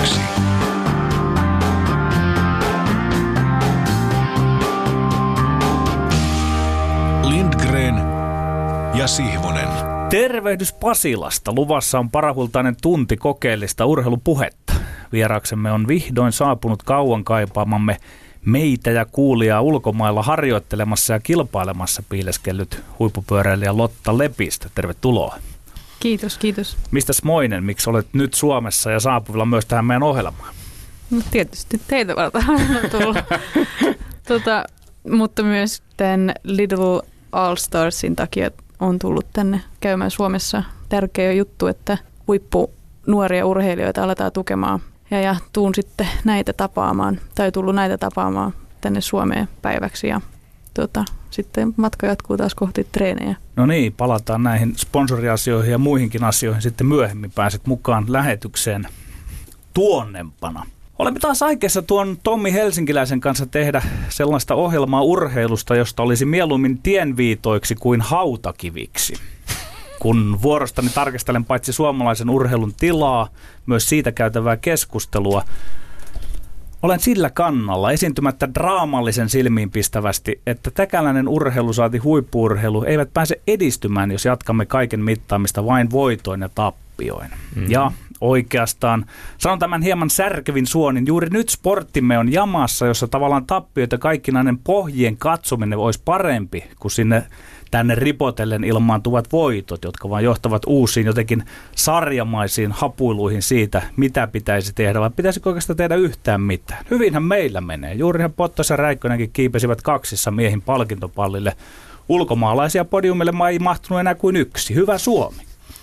1. Lindgren ja Sihvonen. Tervehdys Pasilasta. Luvassa on parahultainen tunti kokeellista urheilupuhetta. Vieraaksemme on vihdoin saapunut kauan kaipaamamme meitä ja kuulijaa ulkomailla harjoittelemassa ja kilpailemassa piileskellyt huippupyöräilijä Lotta Lepistö. Tervetuloa. Kiitos, kiitos. Mistäs moinen, miksi olet nyt Suomessa ja saapuvilla myös tähän meidän ohjelmaan? No tietysti teitä vartaan on tullut. Mutta myös tämän Little All Starsin takia on tullut tänne käymään Suomessa. Tärkeä juttu, että huippunuoria urheilijoita aletaan tukemaan. Ja tuun sitten näitä tapaamaan, tai tullut näitä tapaamaan tänne Suomeen päiväksi ja sitten matka jatkuu taas kohti treenejä. No niin, palataan näihin sponsoriasioihin ja muihinkin asioihin sitten myöhemmin. Pääset mukaan lähetykseen tuonnempana. Olemme taas aikeissa tuon Tommi Helsinkiläisen kanssa tehdä sellaista ohjelmaa urheilusta, josta olisi mieluummin tienviitoiksi kuin hautakiviksi. Kun vuorostani tarkastelen paitsi suomalaisen urheilun tilaa, myös siitä käytävää keskustelua, olen sillä kannalla, esiintymättä draamallisen silmiinpistävästi, että täkäläinen urheilu saati huippu-urheilu eivät pääse edistymään, jos jatkamme kaiken mittaamista vain voitoin ja tappioin. Ja oikeastaan, sanon tämän hieman särkevin suonin, juuri nyt sporttimme on jamassa, jossa tavallaan tappioita kaikkinainen pohjien katsominen olisi parempi kuin tänne ripotellen ilmaantuvat voitot, jotka vaan johtavat uusiin jotenkin sarjamaisiin hapuiluihin siitä, mitä pitäisi tehdä, vai pitäisikö oikeastaan tehdä yhtään mitään. Hyvinhän meillä menee. Juurihan Pottas ja Räikkönenkin kiipesivät kaksissa miehin palkintopallille. Ulkomaalaisia podiumille ei mahtunut enää kuin yksi. Hyvä Suomi.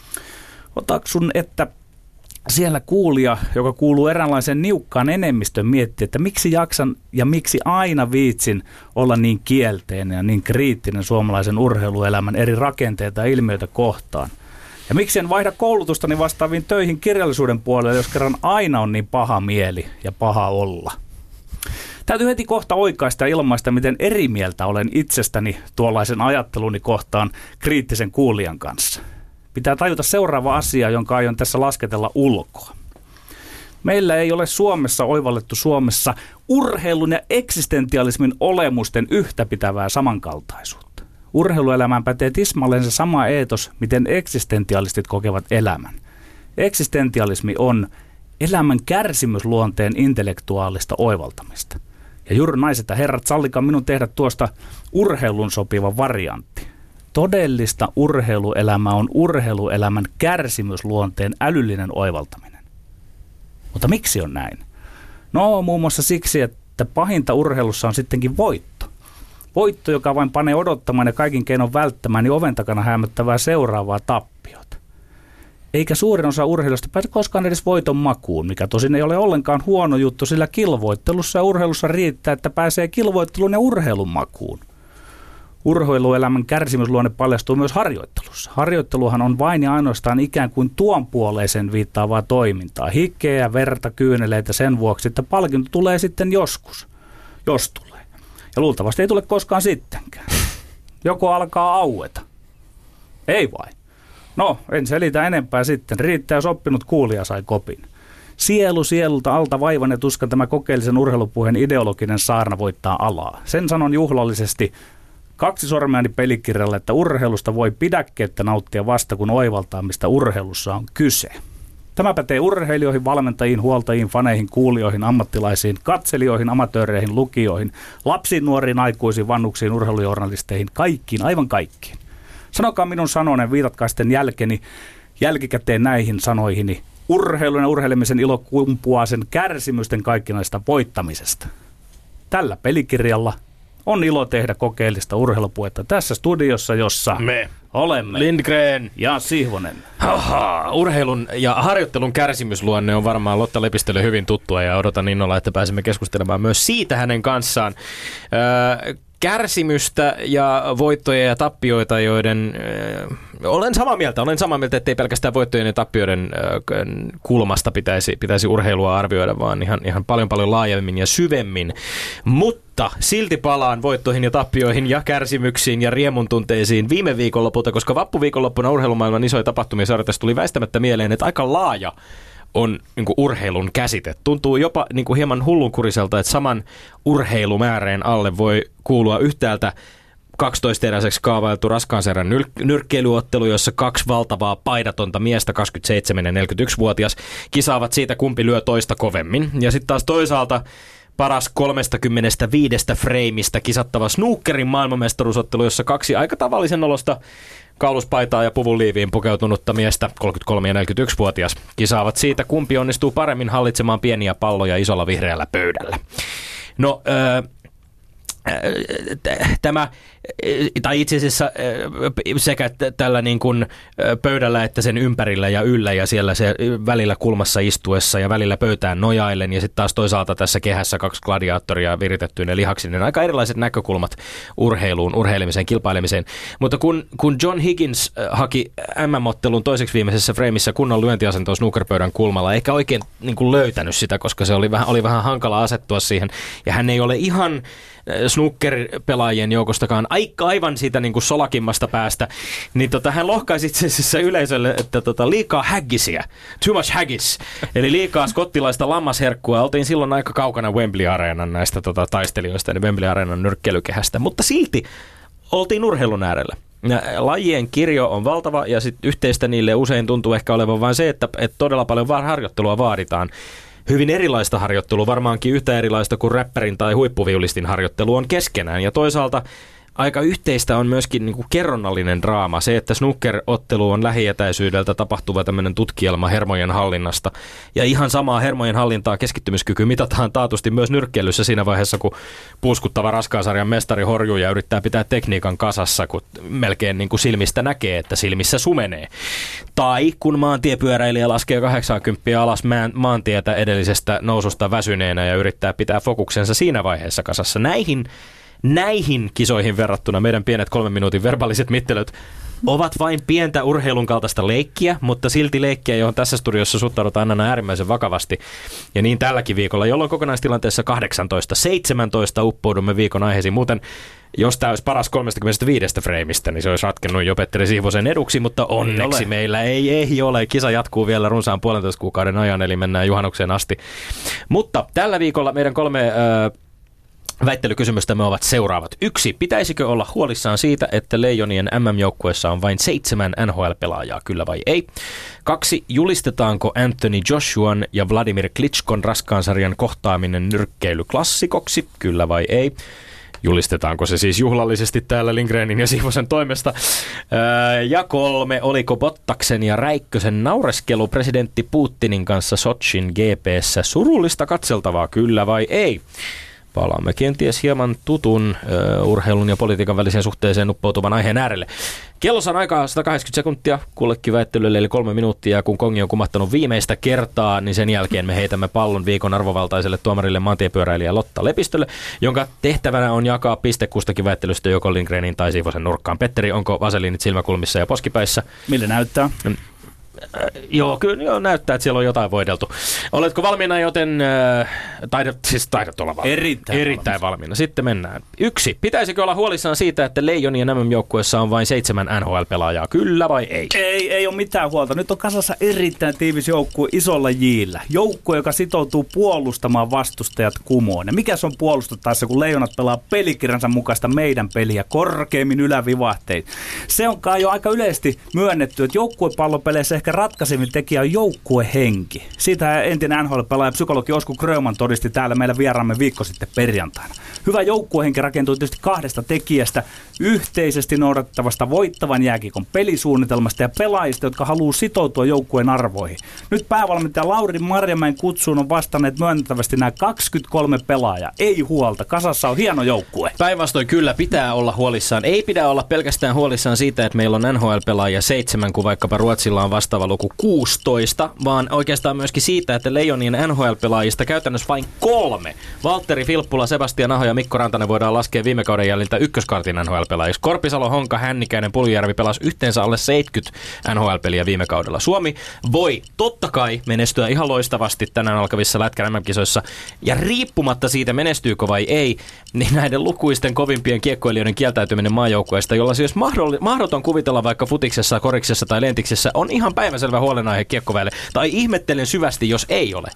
Otaksun, että siellä kuulija, joka kuuluu eräänlaiseen niukkaan enemmistön, miettii, että miksi jaksan ja miksi aina viitsin olla niin kielteinen ja niin kriittinen suomalaisen urheiluelämän eri rakenteita ja ilmiöitä kohtaan. Ja miksi en vaihda koulutustani vastaaviin töihin kirjallisuuden puolelle, jos kerran aina on niin paha mieli ja paha olla. Täytyy heti kohta oikaista ja ilmaista, miten eri mieltä olen itsestäni tuollaisen ajatteluni kohtaan kriittisen kuulijan kanssa. Pitää tajuta seuraava asia, jonka aion tässä lasketella ulkoa. Meillä ei ole Suomessa oivallettu Suomessa urheilun ja eksistentialismin olemusten yhtäpitävää samankaltaisuutta. Urheiluelämään pätee tismalleen se sama eetos, miten eksistentialistit kokevat elämän. Eksistentialismi on elämän kärsimysluonteen intellektuaalista oivaltamista. Ja juuri naiset ja herrat, sallikaa minun tehdä tuosta urheilun sopiva variantti. Todellista urheiluelämää on urheiluelämän kärsimysluonteen älyllinen oivaltaminen. Mutta miksi on näin? No muun muassa siksi, että pahinta urheilussa on sittenkin voitto. Voitto, joka vain panee odottamaan ja kaikin keinon välttämään, niin oven takana hämöttävää seuraavaa tappiota. Eikä suurin osa urheilusta pääse koskaan edes voiton makuun, mikä tosin ei ole ollenkaan huono juttu, sillä kilvoittelussa ja urheilussa riittää, että pääsee kilvoittelun ja urheilun makuun. Urheiluelämän kärsimysluonne paljastuu myös harjoittelussa. Harjoitteluhan on vain ja ainoastaan ikään kuin tuonpuoleisen viittaavaa toimintaa. Hikeä, verta, kyyneleitä sen vuoksi, että palkinto tulee sitten joskus, jos tulee. Ja luultavasti ei tule koskaan sittenkään. Joko alkaa aueta. Ei vai? No, en selitä enempää sitten. Riittää, jos oppinut kuulija sai kopin. Sielu sielulta alta vaivan ja tuskan tämä kokeellisen urheilupuheen ideologinen saarna voittaa alaa. Sen sanon juhlallisesti 2 sormeani pelikirjalle, että urheilusta voi pidäkkeettä nauttia vasta, kun oivaltaa, mistä urheilussa on kyse. Tämä pätee urheilijoihin, valmentajiin, huoltajiin, faneihin, kuulijoihin, ammattilaisiin, katselijoihin, amatööreihin, lukijoihin, lapsiin, nuoriin, aikuisiin, vannuksiin, urheilujournalisteihin, kaikkiin, aivan kaikkiin. Sanokaa minun sanonen, viitatkaa sitten jälkikäteen näihin sanoihini. Urheilun ja urheilemisen ilo kumpuaa sen kärsimysten kaikkinaista voittamisesta. Tällä pelikirjalla on ilo tehdä kokeellista urheilupuhetta tässä studiossa, jossa me olemme Lindgren ja Sihvonen. Urheilun ja harjoittelun kärsimysluonne on varmaan Lotta Lepistölle hyvin tuttua ja odotan innolla, että pääsemme keskustelemaan myös siitä hänen kanssaan. Kärsimystä ja voittoja ja tappioita, joiden olen samaa mieltä, ettei pelkästään voittojen ja tappioiden kulmasta pitäisi urheilua arvioida, vaan ihan paljon laajemmin ja syvemmin. Mutta silti palaan voittoihin ja tappioihin ja kärsimyksiin ja riemuntunteisiin viime viikonlopulta, koska vappuviikonloppuna urheilumaailman isoja tapahtumia sarjassa tuli väistämättä mieleen, että aika laaja on niin kuin urheilun käsite. Tuntuu jopa niin kuin hieman hullunkuriselta, että saman urheilumääreen alle voi kuulua yhtäältä 12-eräiseksi kaavailtu raskaansarjan nyrkkeilyottelu, jossa 2 valtavaa paidatonta miestä, 27 ja 41-vuotias, kisaavat siitä, kumpi lyö toista kovemmin. Ja sitten taas toisaalta paras 35 freimistä kisattava snookerin maailmanmestaruusottelu, jossa 2 aika tavallisen olosta kauluspaitaa ja puvun liiviin pukeutunutta miestä, 33 ja 41-vuotias, kisaavat siitä, kumpi onnistuu paremmin hallitsemaan pieniä palloja isolla vihreällä pöydällä. No, tämä, tai itse asiassa sekä tällä niin kuin pöydällä että sen ympärillä ja yllä ja siellä se välillä kulmassa istuessa ja välillä pöytään nojaillen ja sitten taas toisaalta tässä kehässä 2 gladiaattoria viritettyinen lihaksinen. Aika erilaiset näkökulmat urheiluun, urheilemiseen, kilpailemiseen. Mutta kun John Higgins haki MM-ottelun toiseksi viimeisessä freimissä kunnon lyöntiasentoon snookerpöydän kulmalla, eikä oikein niin kuin löytänyt sitä, koska se oli vähän hankala asettua siihen ja hän ei ole ihan snooker-pelaajien joukostakaan aivan siitä niin kuin solakimmasta päästä, niin hän lohkaisi itse asiassa yleisölle, että liikaa haggisia, too much haggis, eli liikaa skottilaista lammasherkkua. Oltiin silloin aika kaukana Wembley-areenan näistä taistelijoista, niin Wembley-areenan nyrkkeilykehästä, mutta silti oltiin urheilun äärellä. Lajien kirjo on valtava ja sit yhteistä niille usein tuntuu ehkä olevan vain se, että todella paljon harjoittelua vaaditaan. Hyvin erilaista harjoittelua, varmaankin yhtä erilaista kuin räppärin tai huippuviulistin harjoittelu on keskenään. Ja toisaalta aika yhteistä on myöskin niin kuin kerronnallinen draama. Se, että snooker-ottelu on lähietäisyydeltä tapahtuva tämmöinen tutkielma hermojen hallinnasta. Ja ihan samaa hermojen hallintaa keskittymiskyky mitataan taatusti myös nyrkkeilyssä siinä vaiheessa, kun puuskuttava raskaasarjan mestari horjuu ja yrittää pitää tekniikan kasassa, kun melkein niin kuin silmistä näkee, että silmissä sumenee. Tai kun maantiepyöräilijä laskee 80 alas maantietä edellisestä noususta väsyneenä ja yrittää pitää fokuksensa siinä vaiheessa kasassa. Näihin kisoihin verrattuna meidän pienet 3 minuutin verbaaliset mittelöt ovat vain pientä urheilun kaltaista leikkiä, mutta silti leikkiä, johon tässä studiossa suhtaudutaan aina äärimmäisen vakavasti. Ja niin tälläkin viikolla, jolloin kokonaistilanteessa 18-17 uppoudumme viikon aiheisiin. Muuten, jos tämä olisi paras 35 freimistä, niin se olisi ratkennut jo Petteri Sihvosen eduksi, mutta onneksi meillä ei ole. Kisa jatkuu vielä runsaan 1,5 kuukauden ajan, eli mennään juhannukseen asti. Mutta tällä viikolla meidän 3 väittelykysymystämme ovat seuraavat. 1. Pitäisikö olla huolissaan siitä, että Leijonien MM-joukkueessa on vain 7 NHL-pelaajaa, kyllä vai ei? 2. Julistetaanko Anthony Joshuan ja Vladimir Klitschkon raskaansarjan kohtaaminen nyrkkeilyklassikoksi, kyllä vai ei? Julistetaanko se siis juhlallisesti täällä Lindgrenin ja Sihvosen toimesta? Ja 3. Oliko Bottaksen ja Räikkösen naureskelu presidentti Putinin kanssa Sotsin GP:ssä surullista katseltavaa, kyllä vai ei? Palaamme kenties hieman tutun urheilun ja politiikan väliseen suhteeseen uppoutuvan aiheen äärelle. Kellossa on aikaa 180 sekuntia kullekin väittelylle, eli 3 minuuttia. Kun kongi on kumahtanut viimeistä kertaa, niin sen jälkeen me heitämme pallon viikon arvovaltaiselle tuomarille maantiepyöräilijä Lotta Lepistölle, jonka tehtävänä on jakaa piste kustakin väittelystä joko Lindgrenin tai Sihvosen nurkkaan. Petteri, onko vaseliinit silmäkulmissa ja poskipäissä? Millä näyttää? Joo, kyllä näyttää, että siellä on jotain voideltu. Oletko valmiina, joten taidat olla valmiina. Erittäin valmiina. Sitten mennään. 1. Pitäisikö olla huolissaan siitä, että Leijonien MM-joukkueessa on vain 7 NHL-pelaajaa, kyllä vai ei? Ei ole mitään huolta. Nyt on kasassa erittäin tiivis joukkue isolla J:llä. Joukkue, joka sitoutuu puolustamaan vastustajat kumoon. Ja mikä se on puolustettaessa, kun Leijonat pelaa pelikirjansa mukaista meidän peliä korkeimmin ylävivahtein. Se on kai jo aika yleisesti myönnetty, että joukkuepallopeleissä ehkä ratkaisevin tekijä on joukkuehenki. Siitä entinen NHL-pelaaja psykologi Osku Gröman todisti täällä meillä vieraamme viikko sitten perjantaina. Hyvä joukkuehenki rakentuu tietysti 2 tekijästä: yhteisesti noudattavasta voittavan jääkiekon pelisuunnitelmasta ja pelaajista, jotka haluaa sitoutua joukkueen arvoihin. Nyt päävalmentaja Lauri Marjamäen kutsuun on vastanneet myöntävästi nämä 23 pelaajaa. Ei huolta, kasassa on hieno joukkue. Päinvastoin kyllä pitää olla huolissaan. Ei pidä olla pelkästään huolissaan siitä, että meillä on NHL-pelaajia 7, kun vaikkapa Ruotsilla on vastaava luku 16, vaan oikeastaan myöskin siitä, että Leijonien NHL-pelaajista käytännössä vain 3. Valtteri Filppula, Sebastian Aho ja Mikko Rantanen voidaan laskea viime kauden jäljiltä ykköskartin NHL-pelaajiksi. Korpisalo, Honka, Hännikäinen, Puljujärvi pelasi yhteensä alle 70 NHL-peliä viime kaudella. Suomi voi totta kai menestyä ihan loistavasti tänään alkavissa Lätkän MM-kisoissa, ja riippumatta siitä menestyykö vai ei, niin näiden lukuisten kovimpien kiekkoilijoiden kieltäytyminen maajoukkueesta, jolla siis mahdoton kuvitella vaikka futiksessa, koriksessa tai lentiksessä, on ihan päivänselvä huolenaihe kiekkoväelle. Tai ihmettelen syvästi, jos ei ole.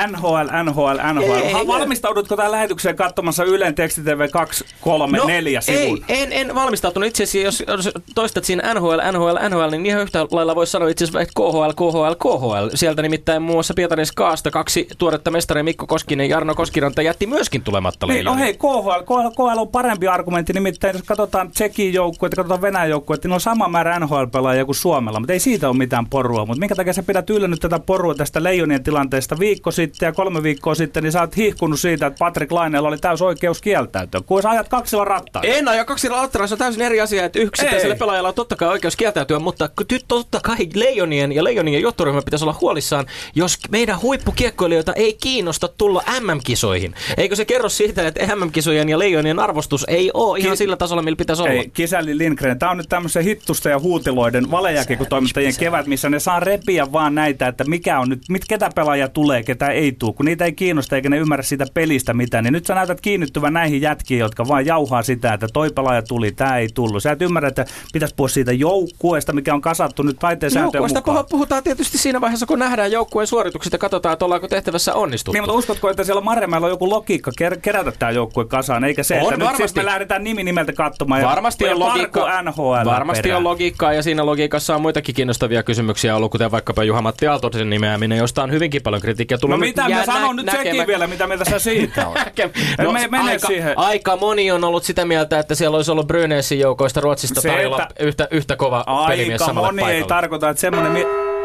NHL. Valmistaudutko tähän lähetykseen katsomassa Ylen tekstitv 234 sivun? En valmistautunut. Itse asiassa, jos toistat siinä NHL, niin ihan yhtä lailla voisi sanoa itse asiassa KHL. Sieltä nimittäin muun muassa Pietarin Skaasta 2 tuoretta mestaria Mikko Koskinen ja Jarno Koskiranta jätti myöskin tulematta Leijonille. Niin, KHL on parempi argumentti, nimittäin jos katsotaan Tsekin joukkueita, katsotaan Venäjän joukkueita, niin on sama määrä NHL-pelaajia kuin Suomella, mutta ei siitä ole mitään porua. Mutta minkä takia sä pidät yllä nyt tätä porua tästä Leijonien tilanteesta viikko sitten ja 3 viikkoa sitten, niin sä oot hihkunut siitä, että Patrik Laineella oli täys oikeus kieltäytyä. Kun sä ajat 2 rattailla. En aja 2 rattailla, se on täysin eri asia, että yksittäisellä pelaajalla on totta kai oikeus kieltäytyä, mutta nyt totta kai Leijonien johtoryhmä pitäisi olla huolissaan, jos meidän huippukiekkoilijoita ei kiinnosta tulla MM-kisoihin. Eikö se kerro siitä, että MM-kisojen ja Leijonien arvostus ei ole ihan sillä tasolla, millä pitäisi olla? Ei, Kisälli Lindgren, tää on nyt tämmöisen hittusta ja huutiloiden valejääkiekkotoimittajien kevät, missä ne saa repiä vaan näitä, että mikä on nyt, ketä pelaajia tulee, ketä ei tule, kun niitä ei kiinnosta eikä ne ymmärrä siitä pelistä mitään, niin nyt sä näytät kiinnittyvän näihin jätkiin, jotka vaan jauhaa sitä, että toi pelaaja tuli, tää ei tullut. Sä et ymmärrä, että pitäisi puhua siitä joukkueesta, mikä on kasattu nyt taiteen sääntöjen mukaan. Joukkueesta puhutaan tietysti siinä vaiheessa, kun nähdään joukkueen suoritukset ja katsotaan, että ollaanko tehtävässä onnistuttu. Niin, mutta uskotko, että siellä Marjamäellä on joku logiikka kerätä tämä joukkue kasaan, eikä se, että nyt siis me lähdetään nimeltä katsomaan. Varmasti on logiikkaa. Varmasti on logiikkaa ja siinä logiikassa on muitakin kiinnostavia kysymyksiä ollut, kuten vaikkapa Juha-Matti Aaltosen nimeäminen, josta on hyvinkin paljon kritiikkiä. No mitä mä sanon nyt sekin vielä, mitä mieltä sä siitä on? Aika moni on ollut sitä mieltä, että siellä olisi ollut Brynäsin joukoista Ruotsista tarjolla yhtä kova pelimies samalle paikalle. Aika moni ei tarkoita, että semmoinen...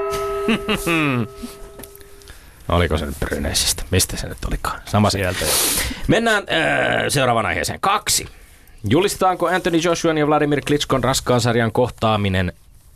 Oliko se nyt Brynäsistä? Mistä se nyt olikaan? Sama sieltä. Mennään seuraavaan aiheeseen. 2. Julistetaanko Anthony Joshuan ja Vladimir Klitschkon raskaan sarjan kohtaaminen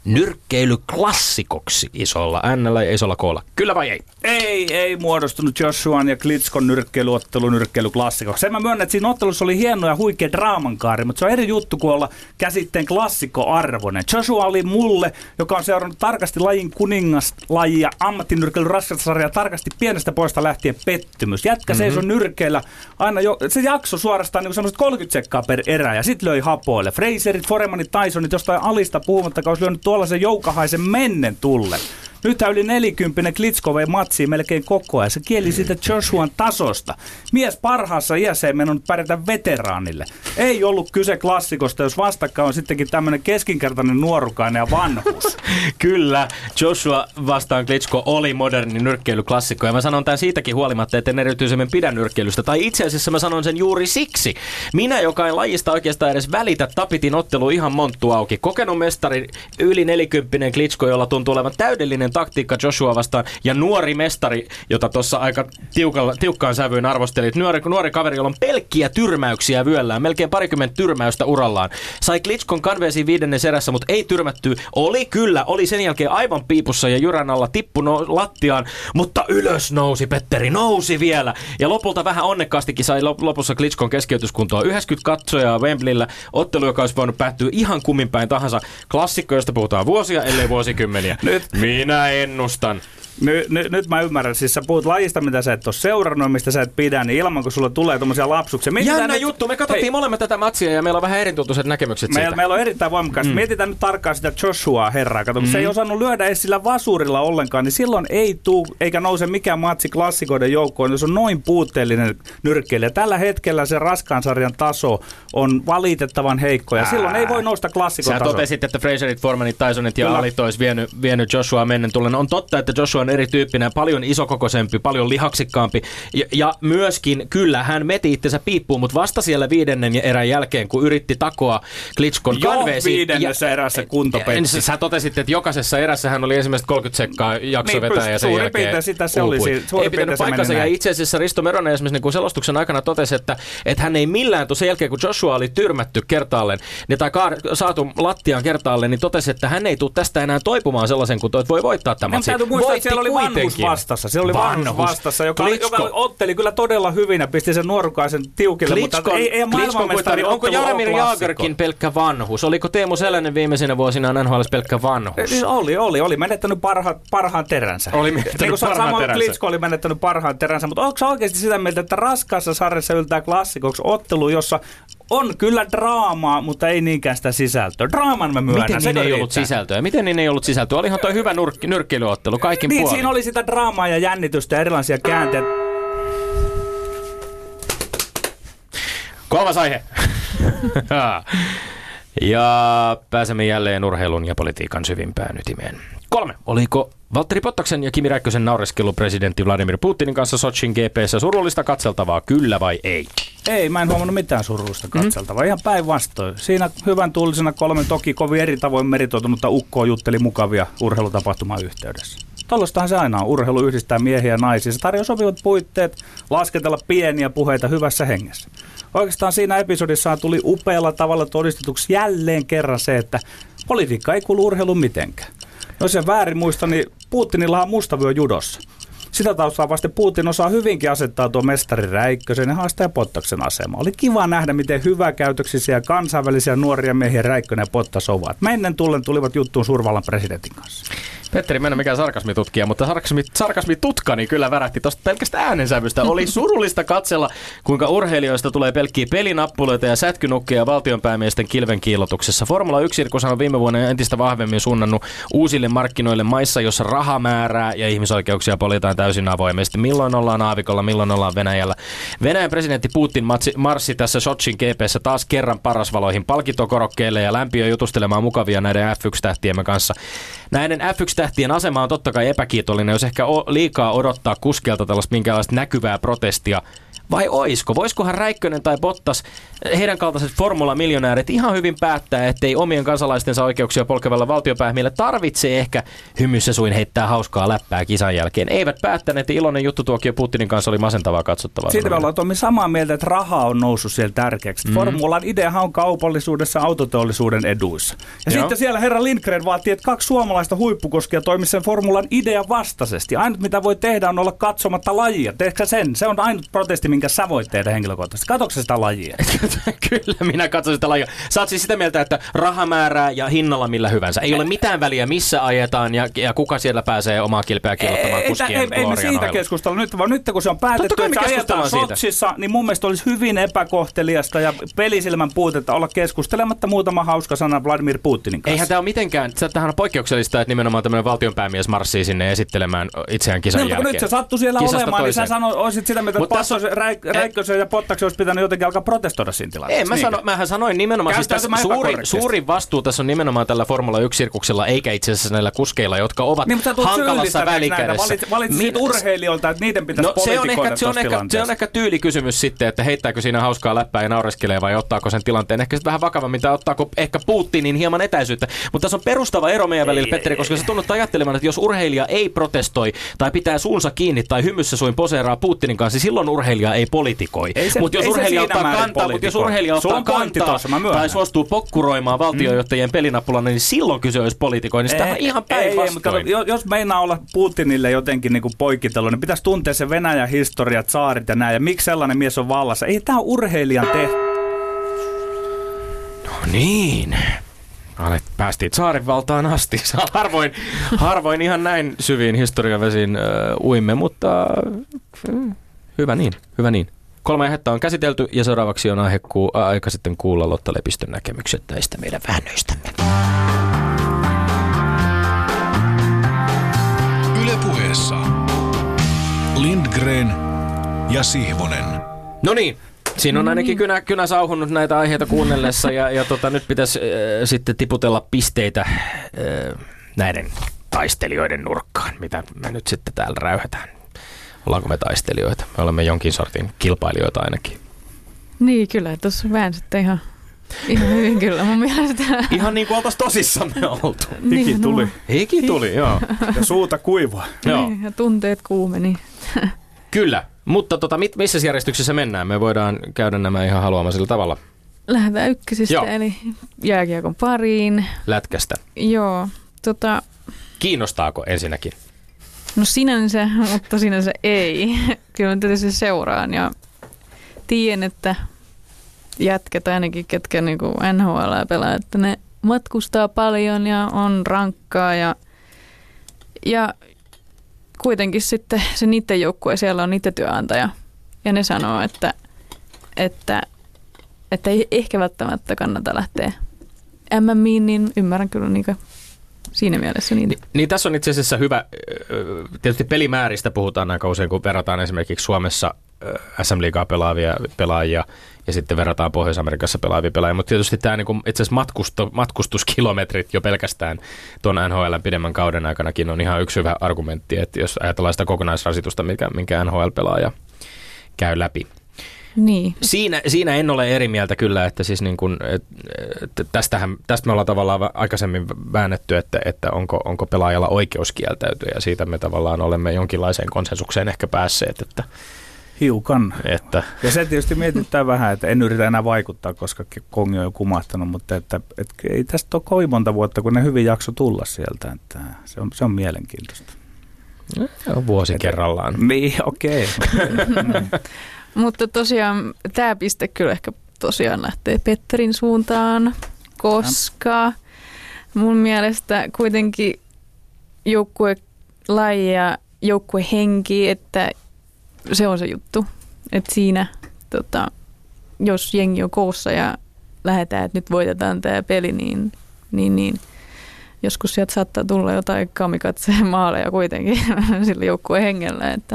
nyrkkeilyklassikoksi isolla N:llä ja isolla K:lla? Kyllä vai ei? Ei muodostunut Joshuan ja Klitschkon nyrkkeilyklassikoksi. Sen mä myönnän, että siinä ottelussa oli hieno ja huikea draamankaari, mutta se on eri juttu kuin olla käsitteen klassikkoarvoinen. Joshua oli mulle, joka on seurannut tarkasti lajin kuningaslajia, ammattinyrkkeilyn raskassarjaa tarkasti pienestä poista lähtien pettymys. Jätkä seisoi nyrkkeillä aina se jakso suorastaan niin semmoiset 30 sekkaa per erä ja sit löi hapoille. Fraserit, Foremanit, Tysonit, jostain alista puhumattakaan olisi lyönyt tuollaisen joukkahaisen mennen tulle. Nythän yli 40 Klitschko vei matsiin melkein koko ajan. Se kieli siitä Joshuan tasosta. Mies parhaassa iässä ei mennyt pärjätä veteraanille. Ei ollut kyse klassikosta, jos vastakkain on sittenkin tämmöinen keskinkertainen nuorukainen ja vanhuus. Kyllä, Joshua vastaan Klitschko oli moderni nyrkkeilyklassikko. Ja mä sanon tämän siitäkin huolimatta, että en erityisemmin pidä nyrkkeilystä. Tai itse asiassa mä sanon sen juuri siksi. Minä, joka en lajista oikeastaan edes välitä, tapitin ottelu ihan monttu auki. Kokenut mestari, yli 40 Klitschko, jolla tuntuu olevan täydellinen taktiikka Joshua vastaan, ja nuori mestari, jota tuossa aika tiukkaan sävyyn arvostelit. Nuori kaveri, jolla on pelkkiä tyrmäyksiä vyöllään, melkein 20 tyrmäystä urallaan. Sai Klitschkon kanveesiin 5. erässä, mutta ei tyrmätty. Oli sen jälkeen aivan piipussa ja jyrän alla tippu lattiaan, mutta ylös nousi, Petteri, nousi vielä. Ja lopulta vähän onnekkaastikin sai lopussa Klitschkon keskeytyskuntoa. 90 katsojaa Wembleyllä, ottelu, joka olisi voinut päättyä ihan kumminpäin tahansa. Klassikko, josta puhutaan vuosia, ellei vuosikymmeniä. Minä ennustan. Nyt mä ymmärrän, siis sä puhut lajista, mitä sä et ole seurannut, mistä sä et pidä, niin ilman kun sulla tulee tommosia lapsuksia. Jännä juttu, me katsottiin molemmat tätä matsia ja meillä on vähän erityisen näkemykset siitä. Meillä on erittäin voimakkaasti. Mietitään nyt tarkkaan sitä Joshuaa, herraa. Kato, kun se ei osannut lyödä edes sillä vasurilla ollenkaan, niin silloin ei tuu eikä nouse mikään matsi klassikoiden joukkoon, jos on noin puutteellinen nyrkkeilijä. Tällä hetkellä se raskaan sarjan taso on valitettavan heikko ja silloin ei voi nousta klassikon tasoon. Sä totesit, että Fraserit, Foremanit, Tysonit ja Alit olisi vienyt Joshua mennen tullen. On totta, että Joshua on erityyppinen, paljon isokokoisempi, paljon lihaksikkaampi ja myöskin kyllä hän meti itsensä piippuun, mutta vasta siellä 5. erän jälkeen, kun yritti takoa Klitschkon kanveesiin. 5. erässä kuntopetti. Sä totesit, että jokaisessa erässä hän oli ensimmäiset 30 sekkaa jakso vetää ja sen jälkeen sitä se oli. Ei pitänyt paikkansa ja itse asiassa Risto Meronen esimerkiksi niin selostuksen aikana totesi, että hän ei millään sen jälkeen, kun Joshua oli tyrmätty kertaalleen tai saatu lattiaan kertaalleen, niin totesi, että hän ei tule tästä enää toipumaan sellaisen, kun voi voittaa tämän matsin. Täytyy muistaa, että siellä oli vanhus vastassa. Siellä oli vanhus vastassa, joka otteli kyllä todella hyvin ja pisti sen nuorukaisen tiukille, mutta ei maailmanmestari ottelu. Onko Jaromir Jagrkin pelkkä vanhus? Oliko Teemu Selänen viimeisenä vuosina NHL pelkkä vanhus? Oli menettänyt parhaan teränsä. Samoin Klitschko oli menettänyt parhaan teränsä, mutta onko oikeasti sitä mieltä, että raskaassa sarjassa yltää klassikoksi ottelu, jossa on kyllä draamaa, mutta ei niinkään sitä sisältöä. Draaman mä myönnän. Miten niin ei ollut sisältöä? Miten niin ei ollut sisältöä? Olihan toi hyvä nyrkkeilyottelu kaikin niin, puolin. siinä oli sitä draamaa ja jännitystä ja erilaisia käänteitä. Kolmas aihe. Ja pääsemme jälleen urheilun ja politiikan syvimpään ytimeen. 3. Oliko Valtteri Bottaksen ja Kimi Räikkösen naureskelu presidentti Vladimir Putinin kanssa Sochin GP:ssä surullista katseltavaa, kyllä vai ei? Ei, mä en huomannut mitään surullista katseltavaa. Ihan päinvastoin. Siinä hyvän tuulisena 3 toki kovin eri tavoin meritoitunutta ukkoa jutteli mukavia urheilutapahtuman yhteydessä. Tällaistahan se aina on. Urheilu yhdistää miehiä ja naisia. Se tarjoaa sopivat puitteet lasketella pieniä puheita hyvässä hengessä. Oikeastaan siinä episodissa tuli upealla tavalla todistetuksi jälleen kerran se, että politiikka ei kuulu urheiluun mitenkään. Jos en väärin muista, niin Putinilla on mustavyö judossa. Sitä taustaa vasten Putin osaa hyvinkin asettaa tuon mestari Räikkösen ja haastaja Bottaksen asema. Oli kiva nähdä, miten hyväkäytöksisiä ja kansainvälisiä nuoria miehiä Räikkönen ja Bottas ovat. Mennen tullen tulivat juttuun suurvallan presidentin kanssa. Petteri, mä en ole mikään sarkasmitutkija, mutta sarkasmitutkani kyllä värähti tuosta pelkästä äänensävystä. Oli surullista katsella, kuinka urheilijoista tulee pelkkiä pelinappuloita ja sätkynukkeja valtionpäämiesten kilvenkiilotuksessa. Formula 1-sirkushan on viime vuonna entistä vahvemmin suunnannut uusille markkinoille maissa, jossa raha määrää ja ihmisoikeuksia poljetaan täysin avoimesti. Milloin ollaan aavikolla, milloin ollaan Venäjällä. Venäjän presidentti Putin marssi tässä Sochin GP:ssä taas kerran parasvaloihin palkintokorokkeille ja lämpiö jutustelemaan mukavia näiden F1-tähtiemme kanssa. Näiden F1-tähtien asema on totta kai epäkiitollinen, jos ehkä liikaa odottaa kuskelta tällaista minkäänlaista näkyvää protestia. Vai oisko? Voisikohan Räikkönen tai Bottas, heidän kaltaiset formulamiljonäärit ihan hyvin päättää, ettei omien kansalaistensa oikeuksia polkevalla valtiopäämiehellä tarvitse ehkä hymyssä suin heittää hauskaa läppää kisan jälkeen. Eivät päättäneet, että iloinen juttutuokio Putinin kanssa oli masentavaa katsottavaa. Siitä me ollaan Tommi samaa mieltä, että raha on noussut siellä tärkeäksi. Formulan ideahan on kaupallisuudessa autoteollisuuden eduissa. Ja sitten siellä herra Lindgren vaatii, että 2 suomalaista huippukoskia toimisi sen formulan idean vastaisesti. Ainut mitä voi tehdä on olla katsomatta lajia. Teetkö sen? Se on ainut protesti, minkä sä voit tehdä henkilökohtaisesti. Katsotko sitä lajia? Kyllä, minä katson sitä lajia. Sä oot siis sitä mieltä, että raha määrää ja hinnalla millä hyvänsä. Ei ole mitään väliä, missä ajetaan ja kuka siellä pääsee omaa kilpeä killottamaan kuskien Ei me siitä keskustella nyt, vaan nyt kun se on päätetty, että ajetaan Sotsissa, niin mun mielestä olisi hyvin epäkohteliasta ja pelisilmän puutetta olla keskustelematta muutama hauska sana Vladimir Putinin kanssa. Eihän tämä ole mitenkään, tämähän on poikkeuksellista, että nimenomaan tämmöinen valtionpäämies marssii sinne esittelemään itseään kisan jälkeen. Mutta nyt se sattui siellä olemaan, niin sä olisit sitä mieltä, että Räikkösen ja Bottaksen olisi pitänyt jotenkin alkaa protestoida siinä tilanteessa. Mähän sanoin nimenomaan, siis tässä suurin vastuu tässä on nimenomaan tällä Formula 1-sirkuksella, eikä itse asiassa näillä kuskeilla, jotka ovat hankalassa välikädessä. Valitsit urheilijoilta, että niiden pitäisi politikoida tuossa tilanteessa. Se on ehkä tyylikysymys sitten, että heittääkö siinä hauskaa läppää ja naureskelee vai ottaako sen tilanteen ehkä vähän vakavammin tai ottaako ehkä Putinin hieman etäisyyttä. Mutta tässä on perustava ero meidän välillä, Petteri, koska sä tunnut ajattelemaan, että jos urheilija ei protestoi tai pitää suunsa kiinni tai hymyssä suin poseeraa Putinin kanssa, niin silloin urheilija ei politikoi. Mutta jos urheilija ottaa kantaa tai suostuu pokkuroimaan valtiojohtajien pelinappulana, niin silloin kyse olisi politikoinnista. Tämä on ihan päinvastoin. Jos meinaa olla Putinille jotenkin niin kuin poikitelu, niin pitäisi tuntea se Venäjän historia, tsaarit ja näin. Ja miksi sellainen mies on vallassa? Ei tämä ole urheilijan tehtävä. No niin. Päästiin tsaarin valtaan asti. Harvoin ihan näin syviin historiavesiin uimme, mutta hyvä niin. 3 aihetta on käsitelty ja seuraavaksi on aika sitten kuulla Lotta Lepistön näkemykset näistä meidän väännöistämme. Yle Puheessa Lindgren ja Sihvonen. No niin. Siinä on ainakin kynä sauhunut näitä aiheita kuunnellessa ja nyt pitäisi sitten tiputella pisteitä näiden taistelijoiden nurkkaan, mitä me nyt sitten täällä räyhätään. Ollaanko me taistelijoita? Me olemme jonkin sortin kilpailijoita ainakin. Niin, kyllä. Tuossa väänsitte ihan hyvin kyllä mun mielestä. Ihan niin kuin oltaisiin tosissamme oltu. Hiki tuli, joo. Ja suuta kuivaa. Joo. Ja tunteet kuumeni. Kyllä. Mutta missä järjestyksessä mennään? Me voidaan käydä nämä ihan haluamasella tavalla. Lähdetään ykkösistä, eli jääkiekon pariin. Lätkästä. Joo. Kiinnostaako ensinnäkin? No sinänsä, mutta sinänsä ei. Kyllä mä tietysti seuraan ja tiedän, että jätkät ainakin, ketkä niinku NHL pelaa, että ne matkustaa paljon ja on rankkaa ja kuitenkin sitten se niiden joukkue, siellä on niiden työnantaja ja ne sanoo, että että ei ehkä välttämättä kannata lähteä MM:iin, niin ymmärrän kyllä niin siinä mielessä niitä. Niin tässä on itse asiassa hyvä, tietysti pelimääristä puhutaan aika usein, kun verrataan esimerkiksi Suomessa SM-liigaa pelaavia pelaajia ja sitten verrataan Pohjois-Amerikassa pelaavia pelaajia, mutta tietysti tämä niin itse asiassa matkustuskilometrit jo pelkästään tuon NHL:n pidemmän kauden aikanakin on ihan yksi hyvä argumentti, että jos ajatellaan sitä kokonaisrasitusta, minkä NHL-pelaaja käy läpi. Niin. Siinä en ole eri mieltä kyllä, että siis niin kuin, tästä me ollaan tavallaan aikaisemmin väännetty, että onko pelaajalla oikeus kieltäytyä, ja siitä me tavallaan olemme jonkinlaiseen konsensukseen ehkä päässeet, että hiukan. Että. Ja se tietysti mietittää vähän, että en yritä enää vaikuttaa, koska Kongi on jo kumahtanut, mutta että ei tästä ole kovin monta vuotta, kun ne hyvin jakso tulla sieltä. Että se on mielenkiintoista. Vuosi kerrallaan. Niin, okei. Mutta tosiaan tämä piste kyllä ehkä tosiaan lähtee Petterin suuntaan, koska mun mielestä kuitenkin joukkuelaji ja joukkuehenki, että se on se juttu. Että siinä, jos jengi on koossa ja lähdetään, että nyt voitetaan tämä peli, niin joskus sieltä saattaa tulla jotain kamikatseen maaleja kuitenkin sillä joukkueen hengellä, että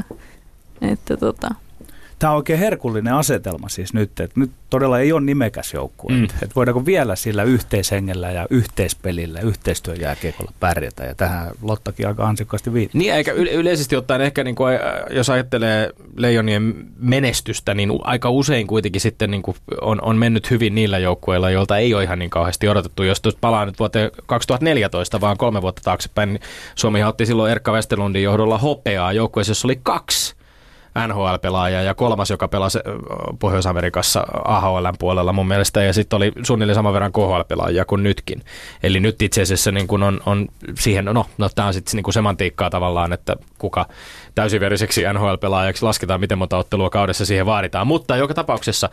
Tämä on oikein herkullinen asetelma siis nyt, että nyt todella ei ole nimekäs joukkue. Että voidaanko vielä sillä yhteishengellä ja yhteispelillä, yhteistyön jääkiekolla pärjätä, ja tähän Lottakin aika ansiokkaasti viittaa. Niin, eikä yleisesti ottaen ehkä, niin kuin, jos ajattelee Leijonien menestystä, niin aika usein kuitenkin sitten niin kuin on mennyt hyvin niillä joukkueilla, joilta ei ole ihan niin kauheasti odotettu. Jos palaa nyt vuoteen 2014, vaan 3 vuotta taaksepäin, niin Suomi otti silloin Erkka Westerlundin johdolla hopeaa joukkueessa, jossa oli 2 NHL-pelaaja ja 3, joka pelasi Pohjois-Amerikassa AHL:n puolella mun mielestä, ja sitten oli suunnilleen saman verran KHL-pelaajia kuin nytkin. Eli nyt itse asiassa niin kun on siihen, tämä on sitten niin semantiikkaa tavallaan, että kuka täysiveriseksi NHL-pelaajaksi lasketaan, miten monta ottelua kaudessa siihen vaaditaan. Mutta joka tapauksessa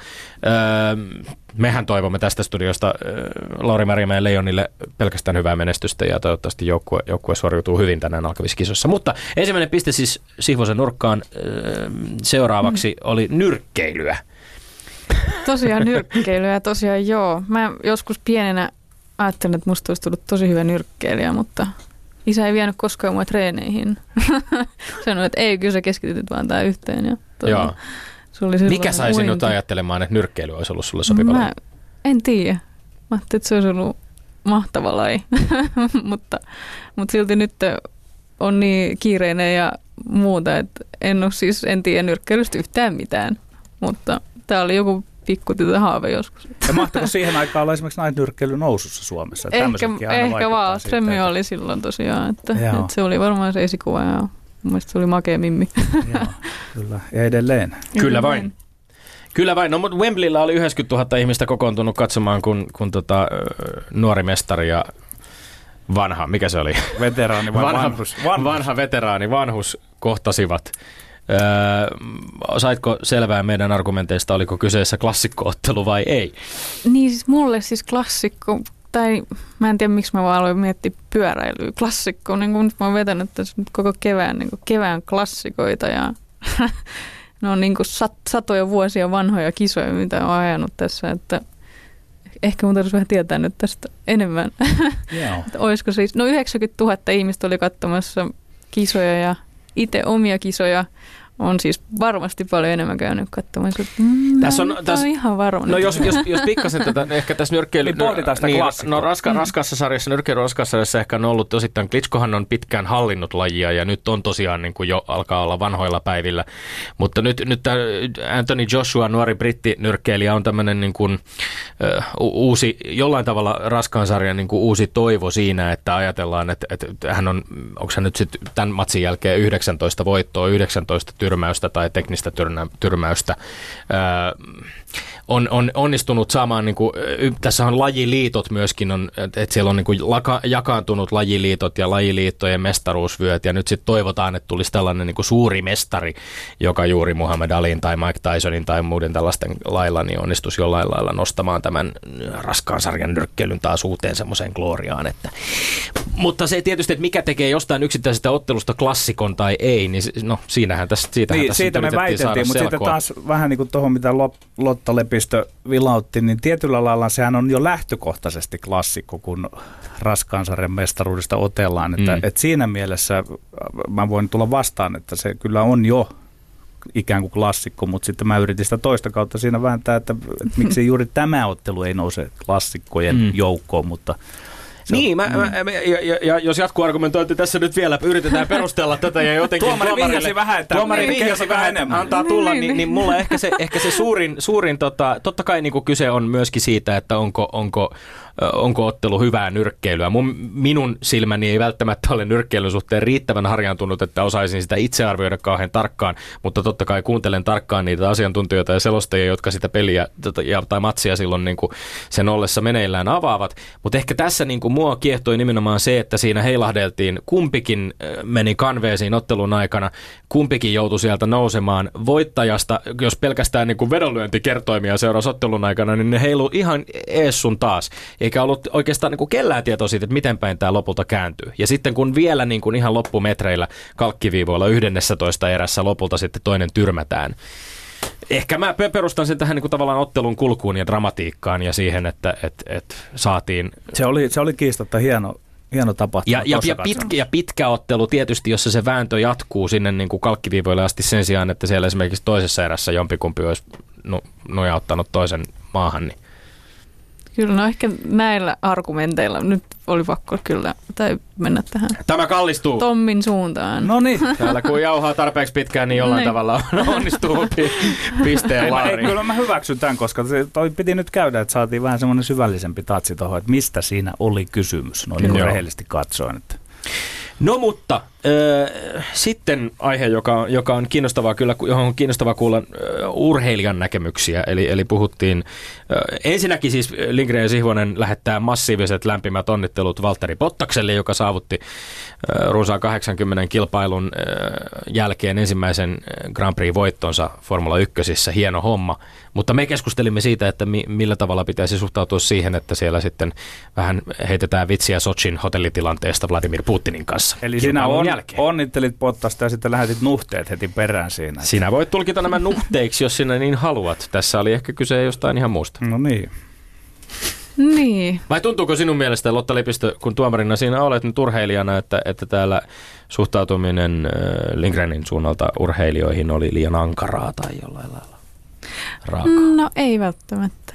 mehän toivomme tästä studiosta Lauri Merimäen Leijonille pelkästään hyvää menestystä, ja toivottavasti joukkue suoriutuu hyvin tänään alkavissa kisoissa. Mutta ensimmäinen piste siis Sihvosen nurkkaan. Seuraavaksi oli nyrkkeilyä. Tosiaan nyrkkeilyä, tosiaan joo. Mä joskus pienenä ajattelin, että musta olisi tullut tosi hyvä nyrkkeilijä, mutta isä ei vienyt koskaan mua treeneihin. Sanoin, että ei, kyllä sä keskityt vaan tää yhteen. Ja joo. Mikä sai sinut ajattelemaan, että nyrkkeily olisi ollut sulle sopiva laji? En tiedä. Mä ajattelin, että se olisi ollut mahtava laji. mutta silti nyt on niin kiireinen ja muuta, että en tiedä nyrkkeilystä yhtään mitään. Mutta tää oli joku haave joskus. Ja mahtaako siihen aikaan olla esimerkiksi nyrkkeily nousussa Suomessa? Ehkä Wallström oli silloin tosiaan, että se oli varmaan se esikuva, ja mun mielestä se oli makea mimmi. Joo, kyllä. Ja edelleen. Kyllä vain. Kyllä vain. No, mutta Wembleyllä oli 90 000 ihmistä kokoontunut katsomaan, kun nuori mestari ja vanha, mikä se oli? Veteraani vai vanhus? Vanha veteraani, vanhus kohtasivat. Saitko selvää meidän argumenteista, oliko kyseessä klassikkoottelu vai ei? Niin siis mulle siis klassikko, tai mä en tiedä miksi mä vaan aloin miettiä pyöräilyä. Klassikko, niin kun nyt mä oon vetänyt tässä nyt koko kevään, niin kevään klassikoita, ja ne on niin kuin satoja vuosia vanhoja kisoja, mitä olen ajanut tässä, että ehkä mun tarvitsisi vähän tietää nyt tästä enemmän. Yeah. Olisiko siis, 90 000 ihmistä oli katsomassa kisoja, ja itse omia kisoja on siis varmasti paljon enemmän käynyt katsomassa. Tässä on ihan varma. No jos pikkasen ehkä tässä nyrkkeily... pohditaan sitä klassikkoa. Raskaassa sarjassa, nyrkkeily raskaassa sarjassa ehkä on ollut osittain. Klitschkohan on pitkään hallinnut lajia, ja nyt on tosiaan niin kuin jo alkaa olla vanhoilla päivillä. Mutta nyt tämä Anthony Joshua, nuori brittinyrkkeilijä, on tämmöinen niin kuin, uusi, jollain tavalla raskaan sarjan niin kuin uusi toivo siinä, että ajatellaan, että hän on, onko hän nyt sitten tämän matsin jälkeen 19 voittoa, 19 tyrmäystä tai teknistä tyrmäystä. On onnistunut saamaan, niin kuin, tässä on lajiliitot myöskin, että siellä on niin kuin jakaantunut lajiliitot ja lajiliittojen mestaruusvyöt, ja nyt sitten toivotaan, että tulisi tällainen niin kuin suuri mestari, joka juuri Muhammad Alin tai Mike Tysonin tai muiden tällaisten lailla niin onnistuisi jollain lailla nostamaan tämän raskaan sarjan nyrkkeilyn taas uuteen semmoiseen gloriaan. Mutta se tietysti, että mikä tekee jostain yksittäisestä ottelusta klassikon tai ei, niin no siinähän Niin, siitä me väiteltiin, mutta sitten taas vähän niin kuin tuohon, mitä Lotta Lepistö vilautti, niin tietyllä lailla sehän on jo lähtökohtaisesti klassikko, kun raskaan sarjan mestaruudesta otellaan. Että siinä mielessä mä voin tulla vastaan, että se kyllä on jo ikään kuin klassikko, mutta sitten mä yritin sitä toista kautta siinä vääntää, että miksi juuri tämä ottelu ei nouse klassikkojen joukkoon, mutta... Niin, ja jos jatkoargumentointi tässä nyt vielä yritetään perustella tätä ja jotenkin tuomari vihjasi vähän enemmän. Antaa tulla, niin mulla ehkä se suurin totta kai niin kuin kyse on myöskin siitä, että onko ottelu hyvää nyrkkeilyä. Minun silmäni ei välttämättä ole nyrkkeilyn suhteen riittävän harjaantunut, että osaisin sitä itse arvioida kauhean tarkkaan, mutta totta kai kuuntelen tarkkaan niitä asiantuntijoita ja selostajia, jotka sitä peliä tai matsia silloin niin kuin sen ollessa meneillään avaavat. Mutta ehkä tässä niin kuin mua kiehtoi nimenomaan se, että siinä heilahdeltiin, kumpikin meni kanveesiin ottelun aikana, kumpikin joutui sieltä nousemaan voittajasta, jos pelkästään niin kuin vedonlyöntikertoimia seurasi ottelun aikana, niin ne heilu ihan ees sun taas. Eikä ollut oikeastaan niin kuin kellään tietoa siitä, että miten päin tämä lopulta kääntyy. Ja sitten kun vielä niin kuin ihan loppumetreillä kalkkiviivoilla 11 erässä lopulta sitten toinen tyrmätään. Ehkä mä perustan sen tähän niin kuin tavallaan ottelun kulkuun ja dramatiikkaan ja siihen, että saatiin... Se oli kiistatta hieno tapahtuma. Ja pitkä ottelu tietysti, jossa se vääntö jatkuu sinne niin kuin kalkkiviivoille asti sen sijaan, että siellä esimerkiksi toisessa erässä jompikumpi olisi nojauttanut toisen maahan, niin kyllä, no ehkä näillä argumenteilla nyt oli pakko kyllä tai mennä tähän. Tämä kallistuu Tommin suuntaan. No niin. Täällä kun jauhaa tarpeeksi pitkään, niin jollain tavalla onnistuu pisteen laariin. Kyllä mä hyväksyn tämän, koska toi piti nyt käydä, että saatiin vähän semmoinen syvällisempi tatsi tuohon, että mistä siinä oli kysymys, noin niin rehellisesti katsoen. Että. No mutta sitten aihe, joka on kiinnostavaa kyllä, johon on kiinnostavaa kuulla urheilijan näkemyksiä. Eli puhuttiin, ensinnäkin siis Lindgren ja Sihvonen lähettää massiiviset lämpimät onnittelut Valtteri Bottakselle, joka saavutti runsaan 80 kilpailun jälkeen ensimmäisen Grand Prix-voittonsa Formula 1:ssä. Hieno homma. Mutta me keskustelimme siitä, että millä tavalla pitäisi suhtautua siihen, että siellä sitten vähän heitetään vitsiä Sochin hotellitilanteesta Vladimir Putinin kanssa. Eli sinä onnittelit Bottasta ja sitten lähetit nuhteet heti perään siinä. Sinä voit tulkita nämä nuhteiksi, jos sinä niin haluat. Tässä oli ehkä kyse jostain ihan muusta. No niin. Niin. Vai tuntuuko sinun mielestä, Lotta Lepistö, kun tuomarina siinä olet nyt urheilijana, että täällä suhtautuminen Lindgrenin suunnalta urheilijoihin oli liian ankaraa tai jollain lailla raakaa? No ei välttämättä,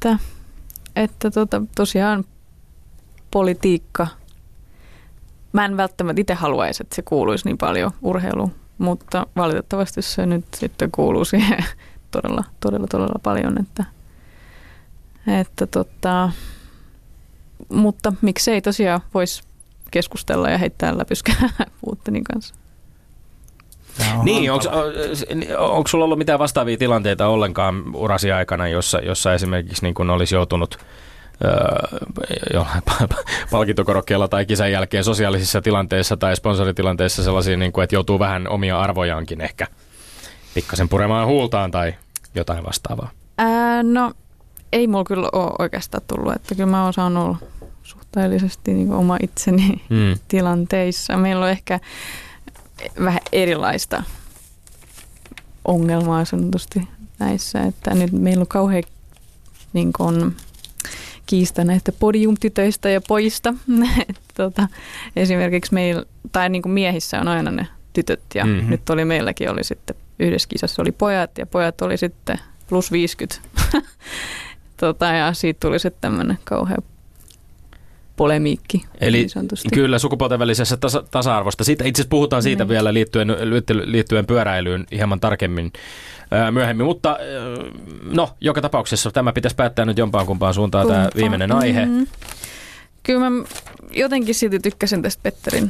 että tosiaan politiikka. Mä en välttämättä itse haluaisi, että se kuuluisi niin paljon urheiluun, mutta valitettavasti se nyt sitten kuuluu siihen todella paljon, mutta miksei tosiaan voisi keskustella ja heittää Putinin kanssa. Niin, onko sulla ollut mitään vastaavia tilanteita ollenkaan urasi aikana, jossa esimerkiksi niin kun olisi joutunut jollain palkintokorokkeella tai kisan jälkeen sosiaalisissa tilanteissa tai sponsoritilanteissa sellaisia, niin kuin, että joutuu vähän omia arvojaankin ehkä pikkasen puremaan huultaan tai jotain vastaavaa? No ei mulla kyllä ole oikeastaan tullut, että kyllä mä oon saanut olla suhteellisesti niin kuin oma itseni tilanteissa. Meillä on ehkä vähän erilaista ongelmaa sanotusti näissä, että nyt meillä on kauhean niin kuin kiista näistä podiumtytöistä ja pojista. Esimerkiksi meillä, tai niin kuin miehissä on aina ne tytöt ja nyt meilläkin oli sitten yhdessä kisassa oli pojat ja pojat oli sitten plus 50. Ja siitä tuli sitten tämmöinen kauhea polemiikki. Eli kyllä sukupuolten välisessä tasa-arvosta. Itse asiassa puhutaan siitä vielä liittyen pyöräilyyn hieman tarkemmin myöhemmin, mutta no, joka tapauksessa tämä pitäisi päättää nyt jompaan kumpaan suuntaan tämä viimeinen aihe. Kyllä mä jotenkin silti tykkäsin tästä Petterin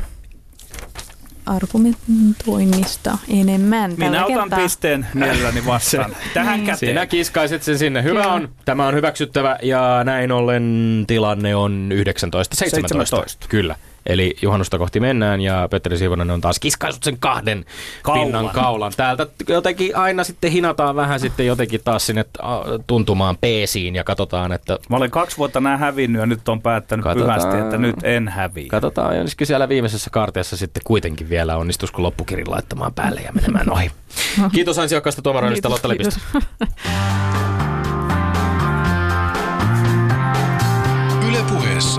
argumentoinnista enemmän. Minä otan pisteen mielelläni vastaan. Tähän käteen. Sinä kiskaiset sen sinne. Hyvä on. Tämä on hyväksyttävä ja näin ollen tilanne on 19-17. Kyllä. Eli juhannusta kohti mennään ja Petteri Siivonen on taas kiskaisut sen 2 pinnan kaulan. Täältä jotenkin aina sitten hinataan vähän sitten jotenkin taas sinne tuntumaan peesiin ja katsotaan, että... Mä olen 2 vuotta nää hävinnyt ja nyt on päättänyt pyhästi, että nyt en häviä. Katsotaan, joniskin siellä viimeisessä kaarteessa sitten kuitenkin vielä onnistuisiko loppukirin laittamaan päälle ja menemään ohi. Kiitos ansiokkaasta tuomaroinnista Lotta Lepistö. Yle Puheessa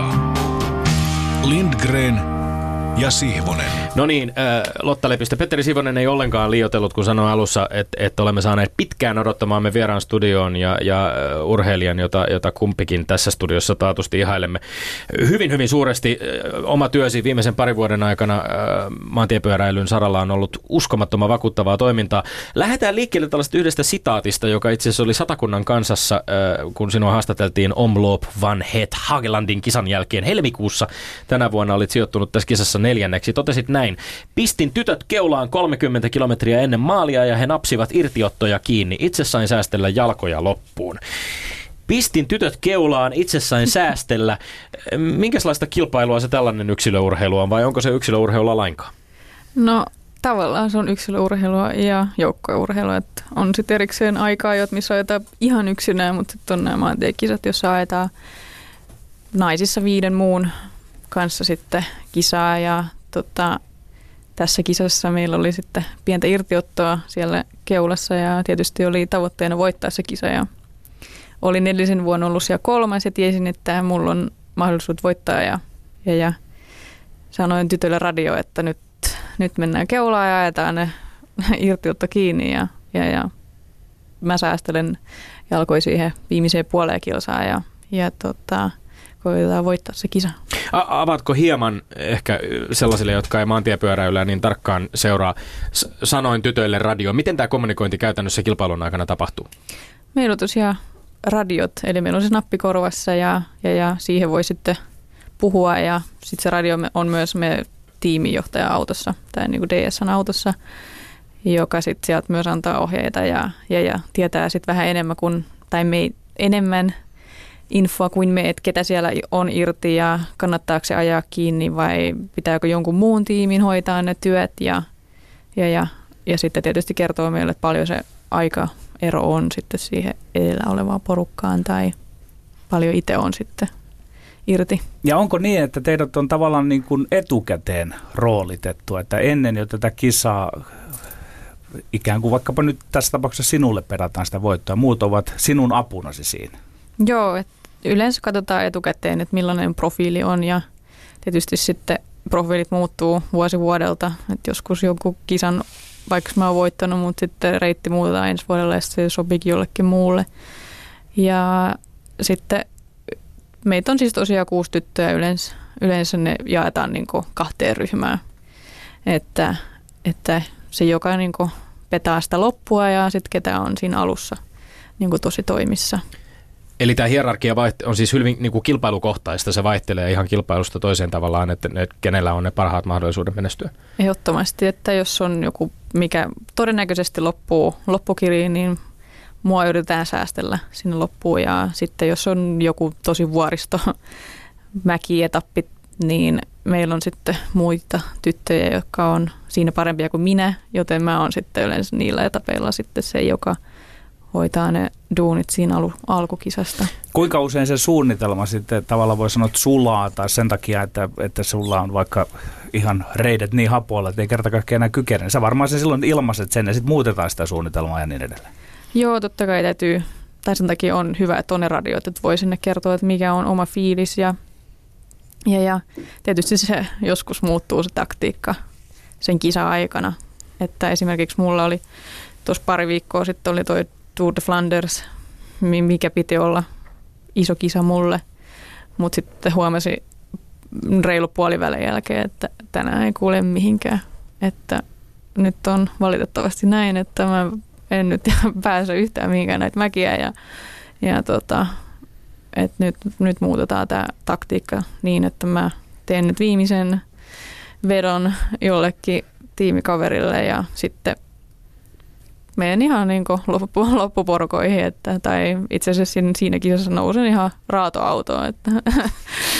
Lindgren ja Sihvonen. No niin, Lotta Lepistö. Petteri Siivonen ei ollenkaan liioitellut, kun sanoi alussa, että olemme saaneet pitkään odottamaamme vieraan studioon ja urheilijan, jota kumpikin tässä studiossa taatusti ihailemme. Hyvin, hyvin suuresti oma työsi viimeisen 2 vuoden aikana maantiepyöräilyn saralla on ollut uskomattoman vakuuttavaa toimintaa. Lähdetään liikkeelle tällaista yhdestä sitaatista, joka itse asiassa oli Satakunnan Kansassa, kun sinua haastateltiin Omloop van Het Hagelandin kisan jälkeen helmikuussa. Tänä vuonna olit sijoittunut tässä kisassa 4. Totesit näin: pistin tytöt keulaan 30 kilometriä ennen maalia ja he napsivat irtiottoja kiinni. Itse sain säästellä jalkoja loppuun. Pistin tytöt keulaan, itse sain säästellä. Minkälaista kilpailua se tällainen yksilöurheilu on vai onko se yksilöurheilua lainkaan? No tavallaan se on yksilöurheilua ja joukkueurheilua. Että on sitten erikseen aikaa, missä ajetaan ihan yksinään, mutta sitten on nämä maantiekisat, jossa ajetaan naisissa 5 muun kanssa sitten kisaa ja tässä kisassa meillä oli sitten pientä irtiottoa siellä keulassa ja tietysti oli tavoitteena voittaa se kisa ja olin edellisen vuonna ollut siellä 3. ja tiesin, että mulla on mahdollisuus voittaa ja sanoin tytölle radio, että nyt mennään keulaan ja ajetaan ne irtiotto kiinni ja mä säästelen jalkoi siihen viimeiseen puoleen kilsaan ja koitetaan voittaa se kisa. Avaatko hieman ehkä sellaisille, jotka ei maantiepyöräilyä niin tarkkaan seuraa, sanoin tytöille radio. Miten tämä kommunikointi käytännössä kilpailun aikana tapahtuu? Meillä on tosiaan radiot, eli meillä on se nappi korvassa ja siihen voi sitten puhua ja sitten se radio on myös me tiimijohtaja autossa tai niin kuin DS:n autossa, joka sitten sieltä myös antaa ohjeita ja tietää sitten vähän enemmän enemmän infoa kuin me, että ketä siellä on irti ja kannattaako se ajaa kiinni vai pitääkö jonkun muun tiimin hoitaa ne työt ja sitten tietysti kertoo meille, että paljon se aikaero on sitten siihen edellä olevaan porukkaan tai paljon itse on sitten irti. Ja onko niin, että teidät on tavallaan niin kuin etukäteen roolitettu, että ennen jo tätä kisaa ikään kuin vaikkapa nyt tässä tapauksessa sinulle perataan sitä voittoa, muut ovat sinun apunasi siinä? Joo, että yleensä katsotaan etukäteen, että millainen profiili on ja tietysti sitten profiilit muuttuu vuosi vuodelta. Että joskus jonkun kisan, vaikka mä oon voittanut, mutta sitten reitti muutetaan ensi vuodelle ja se sopiikin jollekin muulle. Ja sitten meitä on siis tosiaan 6 tyttöä yleensä ne jaetaan niin kuin 2 ryhmään. Että se joka niin kuin petää sitä loppua ja sitten ketä on siinä alussa niin kuin tosi toimissa. Eli tämä hierarkia on siis hyvin niin kuin kilpailukohtaista, se vaihtelee ihan kilpailusta toiseen tavallaan, että kenellä on ne parhaat mahdollisuudet menestyä. Ehdottomasti, että jos on joku, mikä todennäköisesti loppuu loppukiriin, niin mua yritetään säästellä sinne loppuun ja sitten jos on joku tosi vuoristo mäkietappi, niin meillä on sitten muita tyttöjä, jotka on siinä parempia kuin minä, joten mä oon sitten yleensä niillä etapeilla sitten se, joka hoitaa ne duunit siinä alkukisasta. Kuinka usein se suunnitelma sitten tavallaan voi sanoa, että sulaa tai sen takia, että sulla on vaikka ihan reidet niin hapoilla, että ei kerta kaikkiaan enää kykene. Sä varmaan se silloin ilmaiset sen ja sitten muutetaan sitä suunnitelmaa ja niin edelleen. Joo, totta kai täytyy. Tai sen takia on hyvä, että on ne radiot, että voi sinne kertoa, että mikä on oma fiilis ja tietysti se joskus muuttuu se taktiikka sen kisa-aikana. Että esimerkiksi mulla oli tuossa 2 viikkoa sitten oli toi Tour de Flanders, mikä piti olla iso kisa mulle, mutta sitten huomasin reilu puolivälin jälkeen, että tänään ei kuule mihinkään. Että nyt on valitettavasti näin, että mä en nyt pääse yhtään mihinkään näitä mäkiä että nyt muutetaan tämä taktiikka niin, että mä teen nyt viimeisen vedon jollekin tiimikaverille ja sitten menen ihan niin kuin loppuporukoihin, tai itse asiassa siinä kisassa nousin ihan raatoautoon, että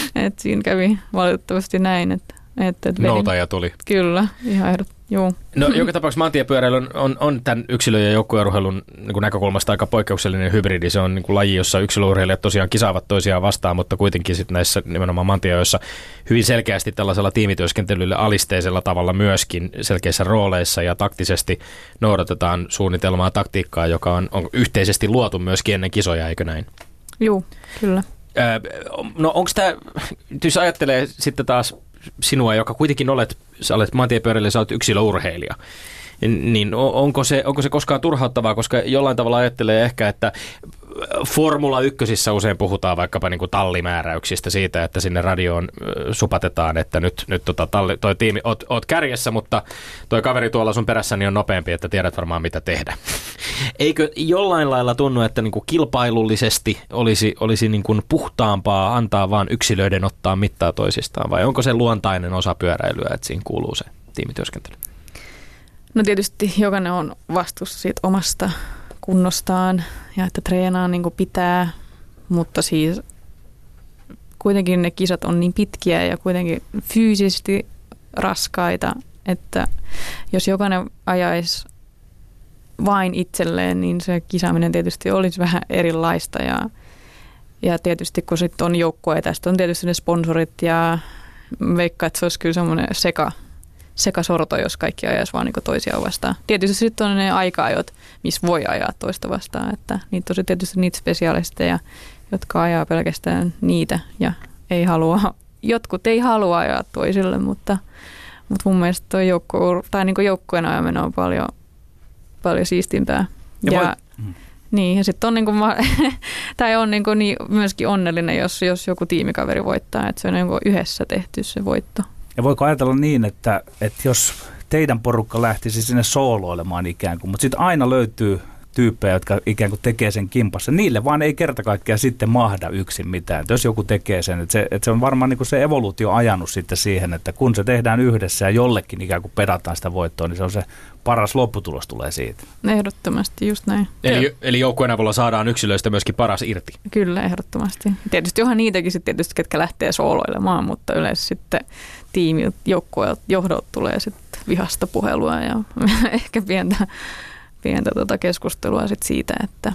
Et siinä kävi valitettavasti näin, että noutaja tuli. Kyllä, ihan joo. No joka tapauksessa maantiepyöräily on tämän yksilö- ja joukkueurheilun niin näkökulmasta aika poikkeuksellinen hybridi. Se on niin kuin laji, jossa yksilöurheilijat tosiaan kisaavat toisiaan vastaan, mutta kuitenkin sitten näissä nimenomaan maantiejoissa hyvin selkeästi tällaisella tiimityöskentelyllä alisteisella tavalla myöskin selkeissä rooleissa ja taktisesti noudatetaan suunnitelmaa, taktiikkaa, joka on yhteisesti luotu myöskin ennen kisoja, eikö näin? Joo, kyllä. No onko tämä, jos ajattelee sitten taas sinua, joka kuitenkin olet maantiepyöräilijä, sä olet yksilöurheilija, niin onko se koskaan turhauttavaa, koska jollain tavalla ajattelee ehkä, että Formula 1 usein puhutaan vaikkapa niin kuin tallimääräyksistä siitä, että sinne radioon supatetaan, että nyt toi tiimi, oot kärjessä, mutta toi kaveri tuolla sun perässäni on nopeampi, että tiedät varmaan mitä tehdä. Eikö jollain lailla tunnu, että niin kuin kilpailullisesti olisi niin kuin puhtaampaa antaa vaan yksilöiden ottaa mittaa toisistaan, vai onko se luontainen osa pyöräilyä, että siinä kuuluu se tiimityöskentely? No tietysti jokainen on vastuussa siitä omasta kunnostaan ja että treenaa niin kuin pitää, mutta siis kuitenkin ne kisat on niin pitkiä ja kuitenkin fyysisesti raskaita, että jos jokainen ajaisi vain itselleen, niin se kisaaminen tietysti olisi vähän erilaista ja tietysti kun sitten on joukkoja, tästä on tietysti ne sponsorit ja veikkaan, että se olisi kyllä semmoinen sekasorto, jos kaikki ajaisi vaan niin toisiaan vastaan. Tietysti sitten on ne aika-ajot, missä voi ajaa toista vastaan, että niitä on tietysti niitä spesialisteja, jotka ajaa pelkästään niitä ja jotkut ei halua ajaa toisille, mutta mun mielestä tuo joukkueen ajaminen on paljon siistimpää. Niin, ja sitten on tai on myöskin onnellinen, jos joku tiimikaveri voittaa, että se on yhdessä tehty se voitto. Ja voiko ajatella niin, että jos teidän porukka lähtisi sinne sooloilemaan ikään kuin, mutta sitten aina löytyy tyyppejä, jotka ikään kuin tekee sen kimpassa. Niille vaan ei kerta kaikkiaan sitten mahda yksin mitään. Että jos joku tekee sen, että se on varmaan niin kuin se evoluutio ajanut sitten siihen, että kun se tehdään yhdessä ja jollekin ikään kuin pedataan sitä voittoa, niin se on se paras lopputulos tulee siitä. Ehdottomasti, just näin. Eli joukkueen avulla saadaan yksilöistä myöskin paras irti. Kyllä, ehdottomasti. Tietysti onhan niitäkin sitten tietysti, ketkä lähtee sooloilemaan, mutta yleensä sitten joukkueelta johdolta tulee sitten vihasta puhelua ja ehkä pientä keskustelua sit siitä, että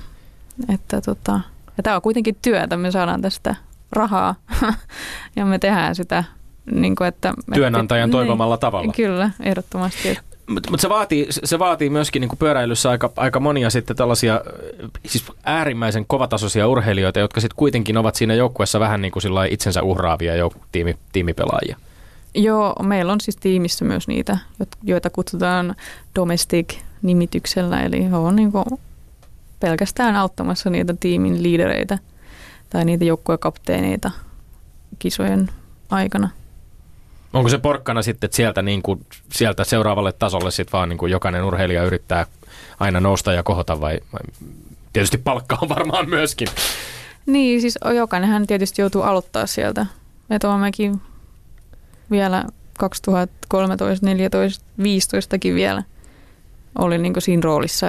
ja tämä on kuitenkin työtä, me saadaan tästä rahaa ja me tehdään sitä niin kuin, että työnantajan toivomalla tavalla. Kyllä, ehdottomasti. Mutta se vaatii myöskin niin kuin pyöräilyssä aika monia sitten tällaisia siis äärimmäisen kovatasoisia urheilijoita, jotka sitten kuitenkin ovat siinä joukkueessa vähän niin kuin itsensä uhraavia tiimipelaajia. Joo, meillä on siis tiimissä myös niitä, joita kutsutaan domestic-nimityksellä, eli he on niin kuin pelkästään auttamassa niitä tiimin liidereitä tai niitä joukkuekapteeneita kisojen aikana. Onko se porkkana sitten, että sieltä seuraavalle tasolle sitten vaan niin kuin jokainen urheilija yrittää aina nousta ja kohota vai tietysti palkka on varmaan myöskin? Niin, siis jokainenhan tietysti joutuu aloittaa sieltä. Että mekin vielä 2013, 14, 15kin vielä oli niin kuin siinä roolissa,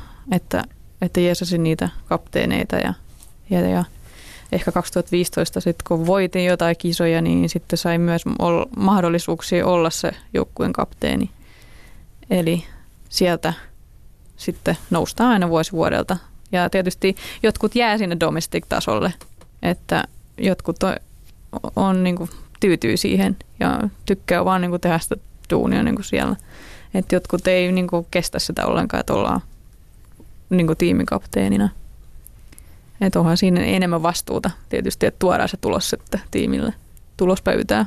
että jeesasin niitä kapteeneita ja ehkä 2015 sitten kun voitin jotain kisoja, niin sitten sai myös mahdollisuuksia olla se joukkueen kapteeni. Eli sieltä sitten noustaan aina vuosi vuodelta. Ja tietysti jotkut jää sinne domestic-tasolle, että jotkut on niin kuin tyytyy siihen ja tykkää vaan niin kuin tehdä sitä duunia niin kuin siellä. Että jotkut ei niin kuin kestä sitä ollenkaan, että ollaan niin kuin tiimikapteenina. Että onhan siinä enemmän vastuuta tietysti, että tuodaan se tulos sitten tiimille tulospöytään.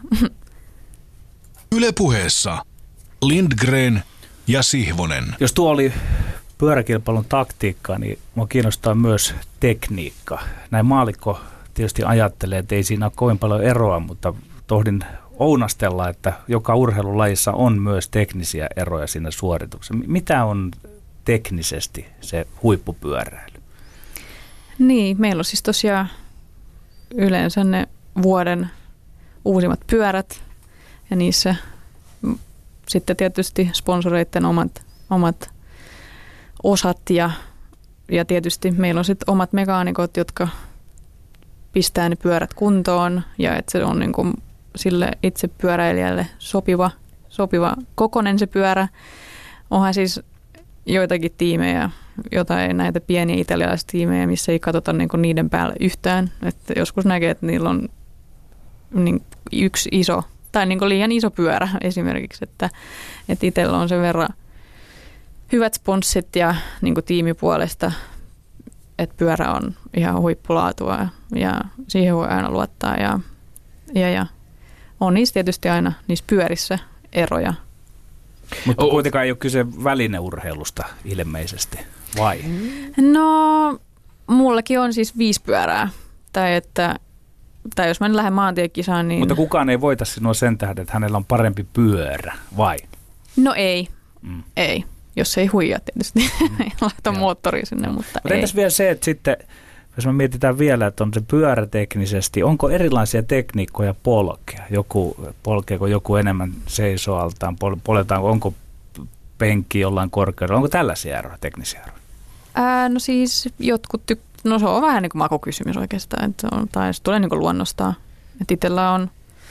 Yle Puheessa Lindgren ja Sihvonen. Jos tuo oli pyöräkilpailun taktiikka, niin minua kiinnostaa myös tekniikka. Näin maallikko tietysti ajattelee, että ei siinä ole kovin paljon eroa, mutta tohdin ounastella, että joka urheilulajissa on myös teknisiä eroja siinä suorituksessa. Mitä on teknisesti se huippupyöräily? Niin, meillä on siis tosiaan yleensä ne vuoden uusimmat pyörät ja niissä sitten tietysti sponsoreiden omat osat ja tietysti meillä on sitten omat mekaanikot, jotka pistää ne pyörät kuntoon ja että se on niin kuin sille itse pyöräilijälle sopiva kokonen se pyörä. Onhan siis joitakin tiimejä, jotain näitä pieniä italialaisia tiimejä, missä ei katsota niin kuin niiden päälle yhtään. Että joskus näkee, että niillä on niin yksi iso tai niin kuin liian iso pyörä esimerkiksi, että itsellä on sen verran hyvät sponssit ja niin kuin tiimipuolesta, että pyörä on ihan huippulaatua ja siihen voi aina luottaa ja on niissä tietysti aina niissä pyörissä eroja. Mutta kuitenkaan ei ole kyse välineurheilusta ilmeisesti, vai? No, mullakin on siis 5 pyörää. Tai jos mä nyt lähden maantiekisaan, niin... Mutta kukaan ei voita sinua sen tähden, että hänellä on parempi pyörä, vai? No ei, ei. Jos ei huijaa tietysti, laita moottori sinne, mutta ei. Entäs vielä se, että sitten, jos me mietitään vielä, että on se pyörä teknisesti, onko erilaisia tekniikkoja polkea? Polkeeko joku enemmän seisoaltaan, poljetaanko, onko penkki jollain korkeudella, onko tällaisia eroja, teknisiä eroja? No siis jotkut no se on vähän niin kuin makukysymys oikeastaan, että tai se tulee niin kuin luonnostaan. Että itsellä on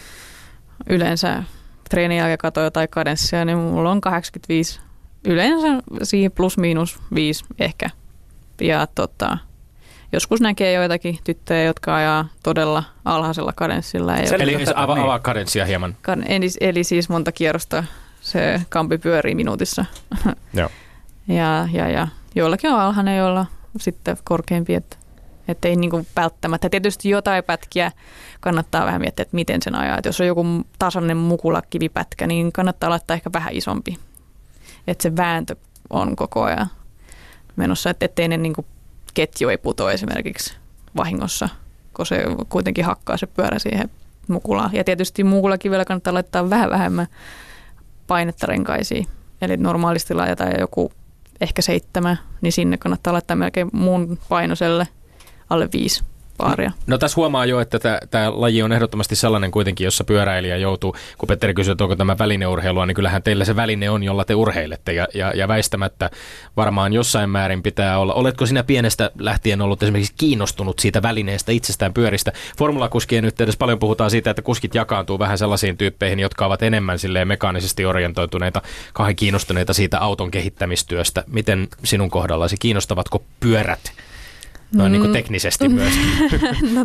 yleensä treenin jälkeen katoja tai kadenssia, niin mulla on 85, yleensä siihen plus miinus 5 ehkä. Ja joskus näkee joitakin tyttöjä, jotka ajaa todella alhaisella kadenssilla. Eli avaa kadenssia hieman. Eli siis monta kierrosta se kampi pyörii minuutissa. Joo. Ja joillakin on alhainen, joilla sitten korkeampi, että ei niinku välttämättä. Tietysti jotain pätkiä kannattaa vähän miettiä, että miten sen ajaa. Että jos on joku tasainen mukulakivipätkä, niin kannattaa laittaa ehkä vähän isompi. Että se vääntö on koko ajan menossa, että ettei ne niinku ketju ei putoa esimerkiksi vahingossa, kun se kuitenkin hakkaa se pyörä siihen mukulaan. Ja tietysti mukulakivellä kannattaa laittaa vähän vähemmän painetta renkaisiin. Eli normaalisti laitetaan joku ehkä 7, niin sinne kannattaa laittaa melkein mun painoiselle alle 5 paaria. No tässä huomaa jo, että tämä laji on ehdottomasti sellainen kuitenkin, jossa pyöräilijä joutuu, kun Petteri kysyy, että onko tämä välineurheilua, niin kyllähän teillä se väline on, jolla te urheilette ja väistämättä varmaan jossain määrin pitää olla. Oletko sinä pienestä lähtien ollut esimerkiksi kiinnostunut siitä välineestä itsestään pyöristä? Formulakuskien yhteydessä paljon puhutaan siitä, että kuskit jakaantuu vähän sellaisiin tyyppeihin, jotka ovat enemmän silleen mekaanisesti orientoituneita, kauhean kiinnostuneita siitä auton kehittämistyöstä. Miten sinun kohdallasi, kiinnostavatko pyörät? Noin niin kuin teknisesti myös. No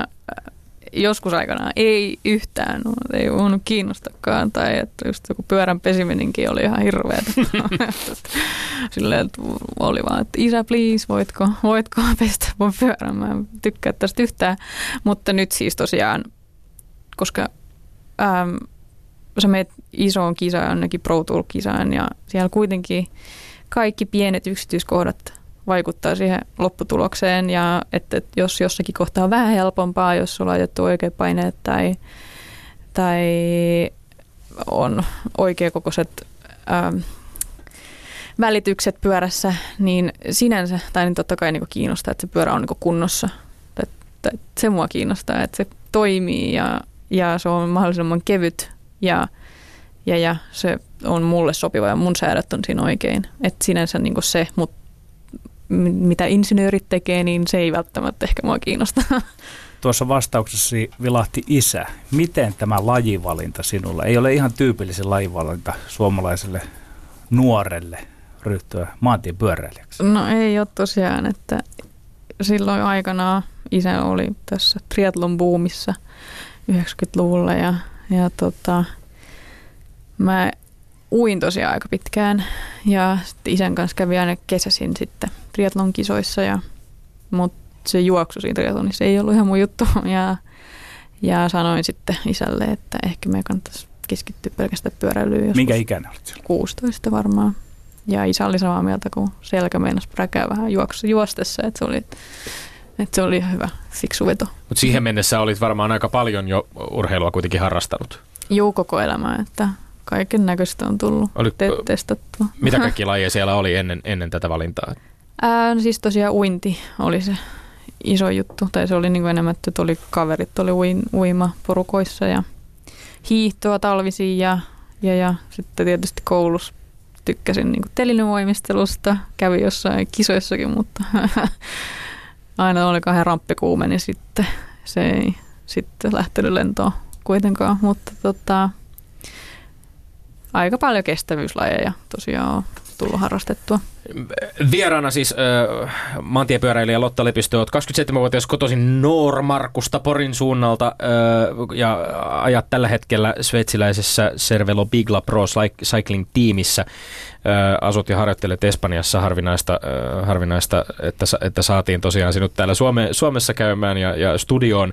joskus aikanaan ei yhtään, ei voinut kiinnostakaan. Tai että just joku pyörän pesiminenkin oli ihan hirveätä. Silleen, että oli vaan, että isä please, voitko pestä mun pyörän? Mä en tykkää tästä yhtään. Mutta nyt siis tosiaan, koska sä menet isoon kisaan, jonnekin Pro Tour-kisaan ja siellä kuitenkin kaikki pienet yksityiskohdat vaikuttaa siihen lopputulokseen ja että jos jossakin kohtaa on vähän helpompaa, jos sulla on laitettu oikeat paineet tai on oikeakokoiset välitykset pyörässä, niin sinänsä, tai niin totta kai niin kiinnostaa, että se pyörä on niin kunnossa. Että se mua kiinnostaa, että se toimii ja se on mahdollisimman kevyt ja se on mulle sopiva ja mun säädöt on siinä oikein. Että sinänsä niin se, mutta mitä insinöörit tekee, niin se ei välttämättä ehkä mua kiinnosta. Tuossa vastauksessasi vilahti isä. Miten tämä lajivalinta sinulla? Ei ole ihan tyypillisen lajivalinta suomalaiselle nuorelle ryhtyä maantiepyöräilijäksi. No ei ole tosiaan, että silloin aikanaan isä oli tässä triathlon boomissa 90-luvulla ja mä uin tosiaan aika pitkään ja sitten isän kanssa kävi aina kesäisin sitten triathlon kisoissa, mutta se juoksu siinä triathlonissa ei ollut ihan mun juttu ja sanoin sitten isälle, että ehkä me kannattaisi keskittyä pelkästään pyöräilyyn joskus. Minkä ikäinen olit siellä? 16 varmaan. Ja isä oli samaa mieltä, kun selkä meinasi präkää vähän juostessa, että se oli ihan hyvä fiksu veto. Mutta siihen mennessä olit varmaan aika paljon jo urheilua kuitenkin harrastanut. Juu, koko elämää, että kaiken näköistä on tullut testattua. Mitä kaikki lajeja siellä oli ennen tätä valintaa? No siis tosiaan uinti oli se iso juttu. Tai se oli niin kuin enemmän, että kaverit oli uima porukoissa ja hiihtoa talvisin ja sitten tietysti koulussa tykkäsin niin kuin telinevoimistelusta. Kävin jossain kisoissakin, mutta aina oli 2 ramppikuumeni sitten se ei sitten lähtenyt lentoon kuitenkaan, mutta aika paljon kestävyyslajeja tosiaan on tullut harrastettua. Vieraana siis maantiepyöräilijä Lotta Lepistö, olet 27-vuotias kotoisin Noormarkusta Porin suunnalta ja ajat tällä hetkellä sveitsiläisessä Cervelo Bigla Pro Cycling-tiimissä. Asut ja harjoittelet Espanjassa, harvinaista että saatiin tosiaan sinut täällä Suomessa käymään ja studioon.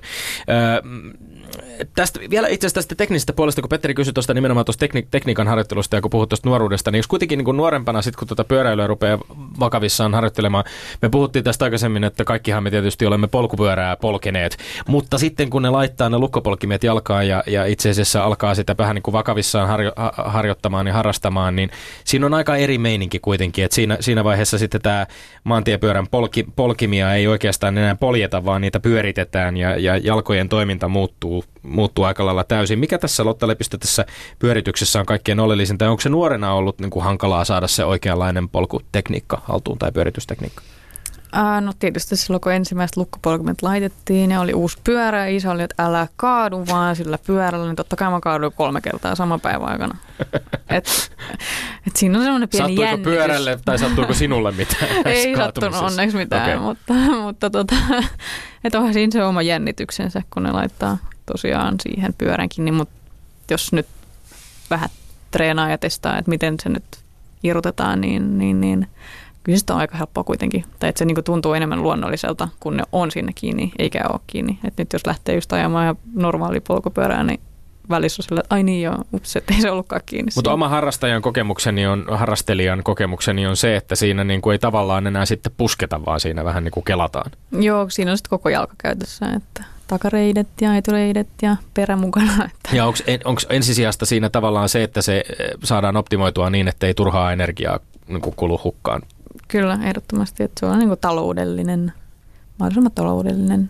Vielä itse asiassa tästä teknisestä puolesta, kun Petteri kysyi tuosta nimenomaan tuosta tekniikan harjoittelusta ja kun puhut tuosta nuoruudesta, niin jos kuitenkin niin kuin nuorempana, sit, kun tuota pyöräilyä rupeaa vakavissaan harjoittelemaan, me puhuttiin tästä aikaisemmin, että kaikkihan me tietysti olemme polkupyörää polkeneet, mutta sitten kun ne laittaa ne lukkopolkimet jalkaan ja itse asiassa alkaa sitä vähän niin kuin vakavissaan harjoittamaan ja harrastamaan, niin siinä on aika eri meininki kuitenkin, että siinä vaiheessa sitten tämä maantiepyörän polkimia ei oikeastaan enää poljeta, vaan niitä pyöritetään ja jalkojen toiminta muuttuu aika lailla täysin. Mikä tässä Lotta Lepistö tässä pyörityksessä on kaikkein oleellisinta? Onko se nuorena ollut niin kuin hankalaa saada se oikeanlainen polkutekniikka haltuun tai pyöritystekniikka? No tietysti silloin, kun ensimmäiset lukkopolkimet laitettiin ja oli uusi pyörä ja isä oli, että älä kaadu vaan sillä pyörällä, niin totta kai mä kaaduin 3 kertaa saman päivän aikana. Et siinä on semmoinen pieni sattuiko jännitys. Pyörälle tai sattuiko sinulle mitään? Ei sattunut onneksi mitään, mutta että onhan siinä se oma jännityksensä, kun ne laittaa tosiaan siihen pyöränkin, niin mutta jos nyt vähän treenaa ja testaa, että miten se nyt irrotetaan, niin kyllä se on aika helppoa kuitenkin. Tai että se niin kuin tuntuu enemmän luonnolliselta, kun ne on siinä kiinni, eikä ole kiinni. Että nyt jos lähtee just ajamaan ja normaali polkupyörää, niin välissä on sillä, että ai niin joo, ups, ei se ollutkaan kiinni. Mutta oma harrastelijan kokemukseni on se, että siinä niin kuin ei tavallaan enää sitten pusketa, vaan siinä vähän niin kuin kelataan. Joo, siinä on sitten koko jalka käytössä, että takareidet ja etureidet ja perä mukana. Että. Ja onko ensisijasta siinä tavallaan se, että se saadaan optimoitua niin, että ei turhaa energiaa niin kuin kulu hukkaan? Kyllä, ehdottomasti, että se on niin kuin taloudellinen, mahdollisimman taloudellinen.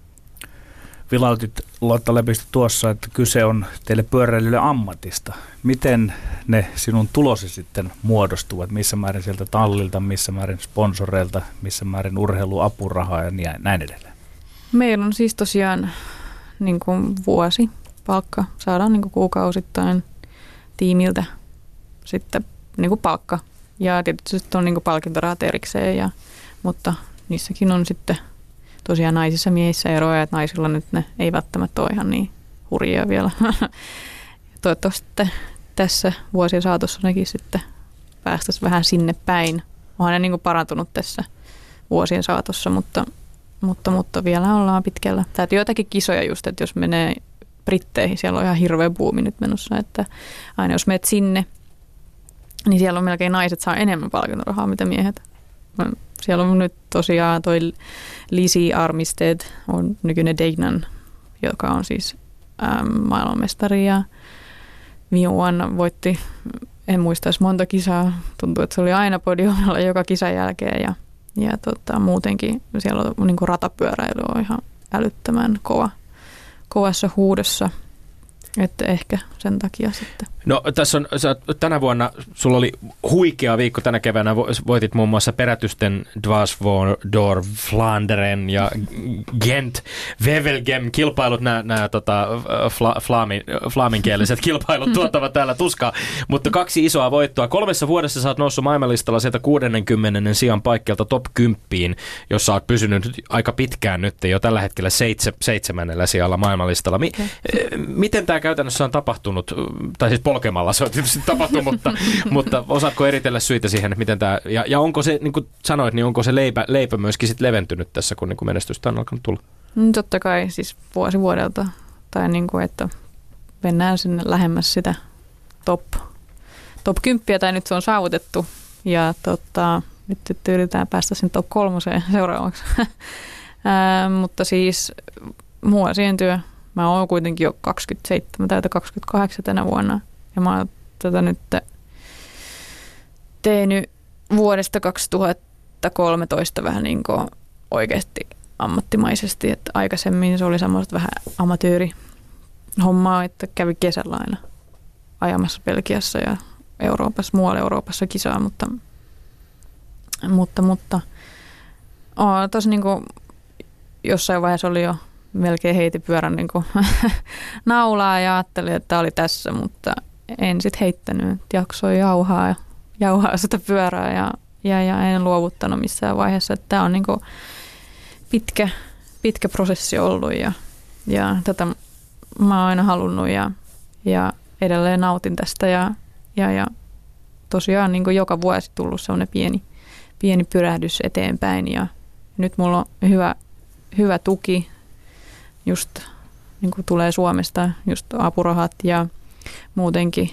Vilautit Lotta Lepistö tuossa, että kyse on teille pyöräilylle ammatista. Miten ne sinun tulosi sitten muodostuvat? Missä määrin sieltä tallilta, missä määrin sponsoreilta, missä määrin urheiluapurahaa ja näin edelleen? Meillä on siis tosiaan niin kuin vuosipalkka. Saadaan niin kuin kuukausittain tiimiltä sitten niin kuin palkka. Ja tietysti on niin kuin palkintorahat erikseen, mutta niissäkin on sitten tosiaan naisissa miehissä eroja, että naisilla nyt ne ei välttämättä ole ihan niin hurjia vielä. Toivottavasti tässä vuosien saatossa nekin sitten päästäisiin vähän sinne päin. Onhan ne niin kuin parantunut tässä vuosien saatossa, mutta vielä ollaan pitkällä. Täytyy jotakin kisoja just, että jos menee Britteihin, siellä on ihan hirveä buumi nyt menossa, että aina jos menet sinne, niin siellä on melkein naiset saa enemmän palkintorahaa, mitä miehet. Siellä on nyt tosiaan toi Lizzie Armistead, on nykyinen Degnan, joka on siis maailmanmestari ja viime vuonna voitti, en muista edes monta kisaa, tuntuu, että se oli aina podiumilla joka kisan jälkeen ja muutenkin siellä on niin kuin ratapyöräily on ihan älyttömän kovassa huudossa. Että ehkä sen takia sitten. No tässä on, tänä vuonna sulla oli huikea viikko tänä keväänä, voitit muun muassa perätysten Dwarsvoordoor, Vlaanderen ja Gent, Wevelgem kilpailut, nämä flaaminkieliset kilpailut tuottavat täällä tuskaa, mutta 2 isoa voittoa. 3 vuodessa sä oot noussut maailmanlistalla sieltä 60. sijan paikkeelta top 10, jossa oot pysynyt aika pitkään nyt, jo tällä hetkellä 7. sijalla maailmanlistalla. Miten tämä käytännössä on tapahtunut, tai siis polkemalla se on tietysti tapahtunut, mutta osaatko eritellä syitä siihen, että miten tämä, ja onko se, niin kuin sanoit, niin onko se leipä myöskin sit leventynyt tässä, kun niin kuin menestystä on alkanut tulla? Totta kai siis vuosi vuodelta, tai niin kuin, että mennään sinne lähemmäs sitä top 10, tai nyt se on saavutettu, ja nyt yritetään päästä sinne top 3 seuraavaksi. Mutta siis vuosien työ. Mä oon kuitenkin jo 27 tai 28 tänä vuonna ja mä oon tätä nyt tehnyt vuodesta 2013 vähän niin kuin oikeasti ammattimaisesti, että aikaisemmin se oli semmoista vähän amatöörihommaa, että kävi kesällä aina ajamassa Belgiassa ja muualla Euroopassa kisaa, mutta tossa niin kuin jossain vaiheessa oli jo melkein heitin pyörän niin kuin naulaa ja ajattelin, että tämä oli tässä, mutta en sitten heittänyt. Jaksoin jauhaa sitä pyörää ja en luovuttanut missään vaiheessa. Tämä on niin kuin pitkä prosessi ollut ja tätä mä oon aina halunnut ja edelleen nautin tästä ja tosiaan niin kuin joka vuosi tullut sellainen pieni pyrähdys eteenpäin ja nyt mulla on hyvä tuki, just niin kuin tulee Suomesta, just apurahat ja muutenkin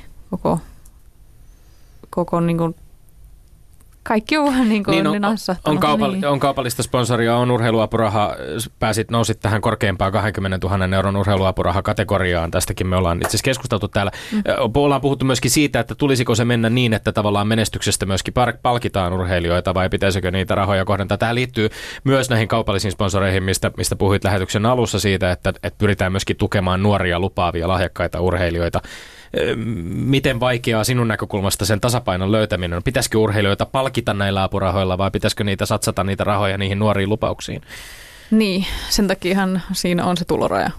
koko niin kuin kaikki on vähän niin kuin on kaupallista sponsoria, on urheiluapuraha, nousit tähän korkeampaan 20 000 euron urheiluapuraha-kategoriaan. Tästäkin me ollaan itse asiassa keskusteltu täällä. Ollaan puhuttu myöskin siitä, että tulisiko se mennä niin, että tavallaan menestyksestä myöskin palkitaan urheilijoita vai pitäisikö niitä rahoja kohdentaa. Tämä liittyy myös näihin kaupallisiin sponsoreihin, mistä puhuit lähetyksen alussa siitä, että pyritään myöskin tukemaan nuoria lupaavia lahjakkaita urheilijoita. Miten vaikeaa sinun näkökulmasta sen tasapainon löytäminen on? Pitäisikö urheilijoita palkita näillä apurahoilla vai pitäisikö niitä satsata niitä rahoja niihin nuoriin lupauksiin? Niin, sen takiahan siinä on se tuloraja.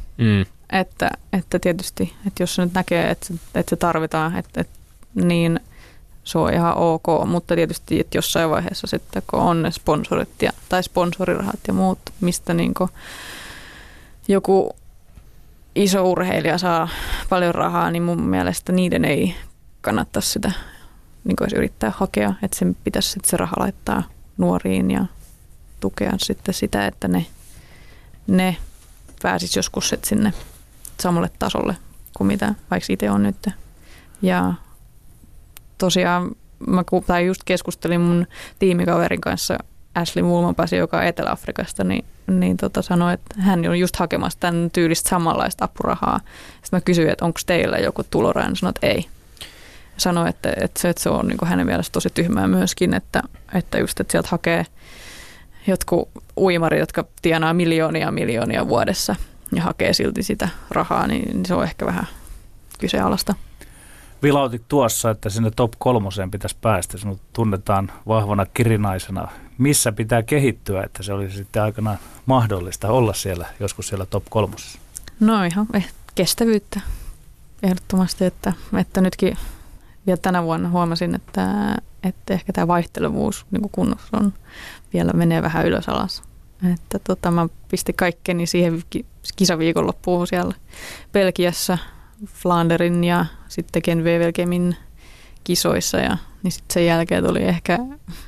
Että tietysti, että jos se nyt näkee, että se tarvitaan, niin se on ihan ok. Mutta tietysti, että jossain vaiheessa sitten, kun on ne sponsorit tai sponsorirahat ja muut, mistä niin kuin joku iso urheilija saa paljon rahaa, niin mun mielestä niiden ei kannattaisi sitä niin kuin edes yrittää hakea. Että sen pitäisi sitten se raha laittaa nuoriin ja tukea sitten sitä, että ne pääsisi joskus sinne samalle tasolle kuin mitä vaikka itse on nyt. Ja tosiaan mä just keskustelin mun tiimikaverin kanssa, Ashley Mulmanpääsi, joka on Etelä-Afrikasta, niin sanoi, että hän on just hakemassa tämän tyylistä samanlaista apurahaa. Sitten mä kysyin, että onko teillä joku tuloraja, niin sanoi, että ei. Sanoi, että se on niin kuin hänen mielestä tosi tyhmää myöskin, että just, että sieltä hakee jotkut uimarit, jotka tienaa miljoonia vuodessa ja hakee silti sitä rahaa, niin se on ehkä vähän kyseenalaista. Vilautit tuossa, että sinne top 3 pitäisi päästä. Sinut tunnetaan vahvana kirinaisena. Missä pitää kehittyä, että se olisi sitten aikanaan mahdollista olla joskus siellä top 3? No ihan kestävyyttä ehdottomasti, että nytkin vielä tänä vuonna huomasin, että ehkä tämä vaihtelevuus niin kuin kunnossa on vielä menee vähän ylös alas. Että mä pistin kaikkeni siihen kisaviikonloppuun siellä Belgiassa, Flanderin ja sitten Gent-Wevelgemin kisoissa ja niin sitten sen jälkeen tuli ehkä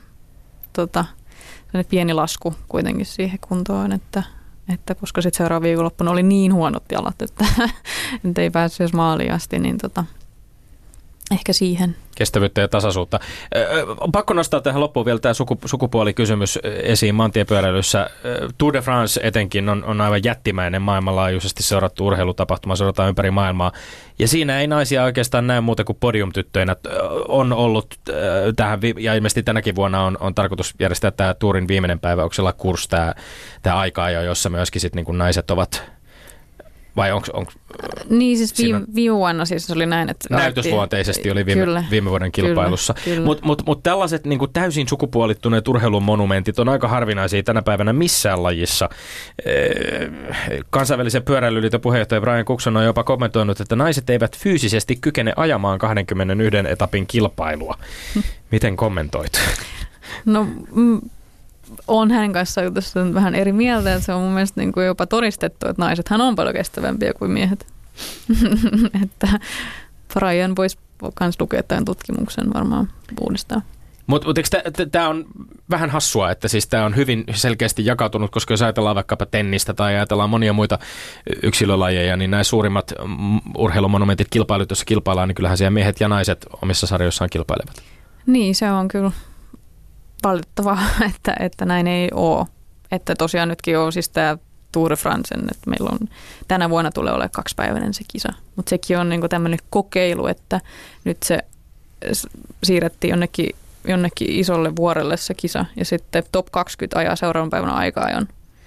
pieni lasku kuitenkin siihen kuntoon, että koska sitten seuraava viikonloppuna oli niin huonot jalat, että ei päässyt edes maaliin asti, niin ehkä siihen. Kestävyyttä ja tasaisuutta. On pakko nostaa tähän loppuun vielä tämä sukupuolikysymys esiin maantiepyöräilyssä. Tour de France etenkin on aivan jättimäinen maailmanlaajuisesti seurattu urheilutapahtuma, seurataan ympäri maailmaa. Ja siinä ei naisia oikeastaan näe muuta kuin podiumtyttöinä. On ollut tähän, ja ilmeisesti tänäkin vuonna on tarkoitus järjestää tämä Tourin viimeinen päivä, onko se La Course, tämä aika-ajo, jossa myöskin sit niin kuin naiset ovat. Vai onko niin siis viime vuonna siis oli näin, että näytösluonteisesti oli viime vuoden kilpailussa. Mutta tällaiset niin kuin täysin sukupuolittuneet urheilun monumentit on aika harvinaisia tänä päivänä missään lajissa. Kansainvälisen pyöräilyliiton puheenjohtaja Brian Cookson on jopa kommentoinut, että naiset eivät fyysisesti kykene ajamaan 21 etapin kilpailua. Miten kommentoit? No on hänen kanssaan tässä vähän eri mieltä, että se on mun mielestä niin kuin jopa todistettu, että naisethan on paljon kestävämpiä kuin miehet. Että Brian voisi myös lukea tämän tutkimuksen varmaan uudestaan. Mutta tämä on vähän hassua, että siis tämä on hyvin selkeästi jakautunut, koska jos ajatellaan vaikkapa tennistä tai ajatellaan monia muita yksilölajeja, niin nämä suurimmat urheilumonumentit, kilpailut, joissa kilpaillaan, niin kyllähän siellä miehet ja naiset omissa sarjoissaan kilpailevat. Niin, se on kyllä valitettavaa, että näin ei ole. Että tosiaan nytkin on siis tämä Tour de Francen, että meillä on tänä vuonna tulee olemaan 2-päiväinen se kisa. Mutta sekin on niinku tämmöinen kokeilu, että nyt se siirrettiin jonnekin isolle vuorelle se kisa ja sitten top 20 ajaa seuraavan päivänä aika-ajon.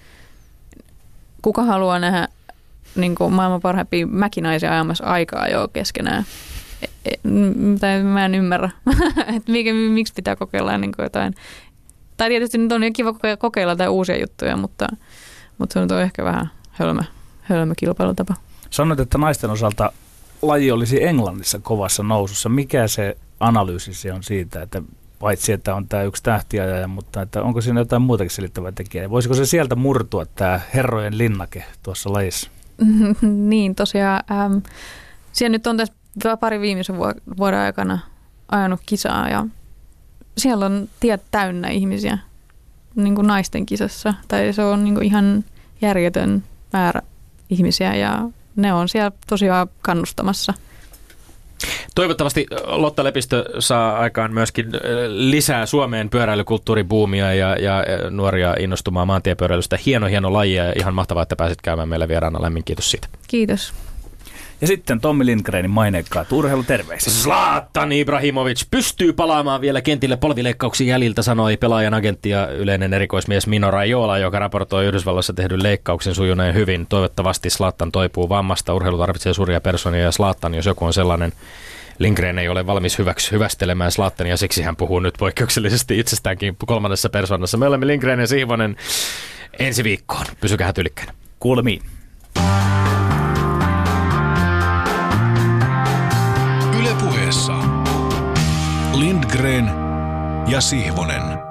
Kuka haluaa nähdä niinku maailman parhaimpia mäkinaisia ajamassa aika-ajoa keskenään? Mä en ymmärrä, että miksi pitää kokeilla niin jotain. Tai tietysti nyt on kiva kokeilla tai uusia juttuja, mutta se on ehkä vähän hölmö kilpailutapa. Sanoit, että naisten osalta laji olisi Englannissa kovassa nousussa. Mikä se analyysi se on siitä, että paitsi että on tämä yksi tähtiajaja, mutta että onko siinä jotain muutakin selittävää tekijää? Voisiko se sieltä murtua tämä herrojen linnake tuossa lajissa? Niin, tosiaan. Siellä nyt on tässä pari viimeisen vuoden aikana ajanut kisaa ja siellä on tiet täynnä ihmisiä niin kuin naisten kisassa. Tai se on niin kuin ihan järjetön määrä ihmisiä ja ne on siellä tosiaan kannustamassa. Toivottavasti Lotta Lepistö saa aikaan myöskin lisää Suomeen pyöräilykulttuuribuumia ja nuoria innostumaan maantiepyöräilystä. Hieno laji ja ihan mahtavaa, että pääsit käymään meillä vieraana. Lämmin kiitos siitä. Kiitos. Ja sitten Tommi Lindgrenin maineikkaat urheiluterveiset. Zlatan Ibrahimovic pystyy palaamaan vielä kentille polvileikkauksen jäljiltä, sanoi pelaajan agentti ja yleinen erikoismies Mino Raiola, joka raportoi Yhdysvalloissa tehdyn leikkauksen sujuneen hyvin. Toivottavasti Zlatan toipuu vammasta. Urheilu tarvitsee suuria persoonia ja Zlatan, jos joku on sellainen. Lindgren ei ole valmis hyvästelemään Zlatania, siksi hän puhuu nyt poikkeuksellisesti itsestäänkin kolmannessa persoonassa. Me olemme Lindgren ja Sihvonen ensi viikkoon. Pysykää tyylikkäinä. Kuulemiin. Yle Puheessa Lindgren ja Sihvonen.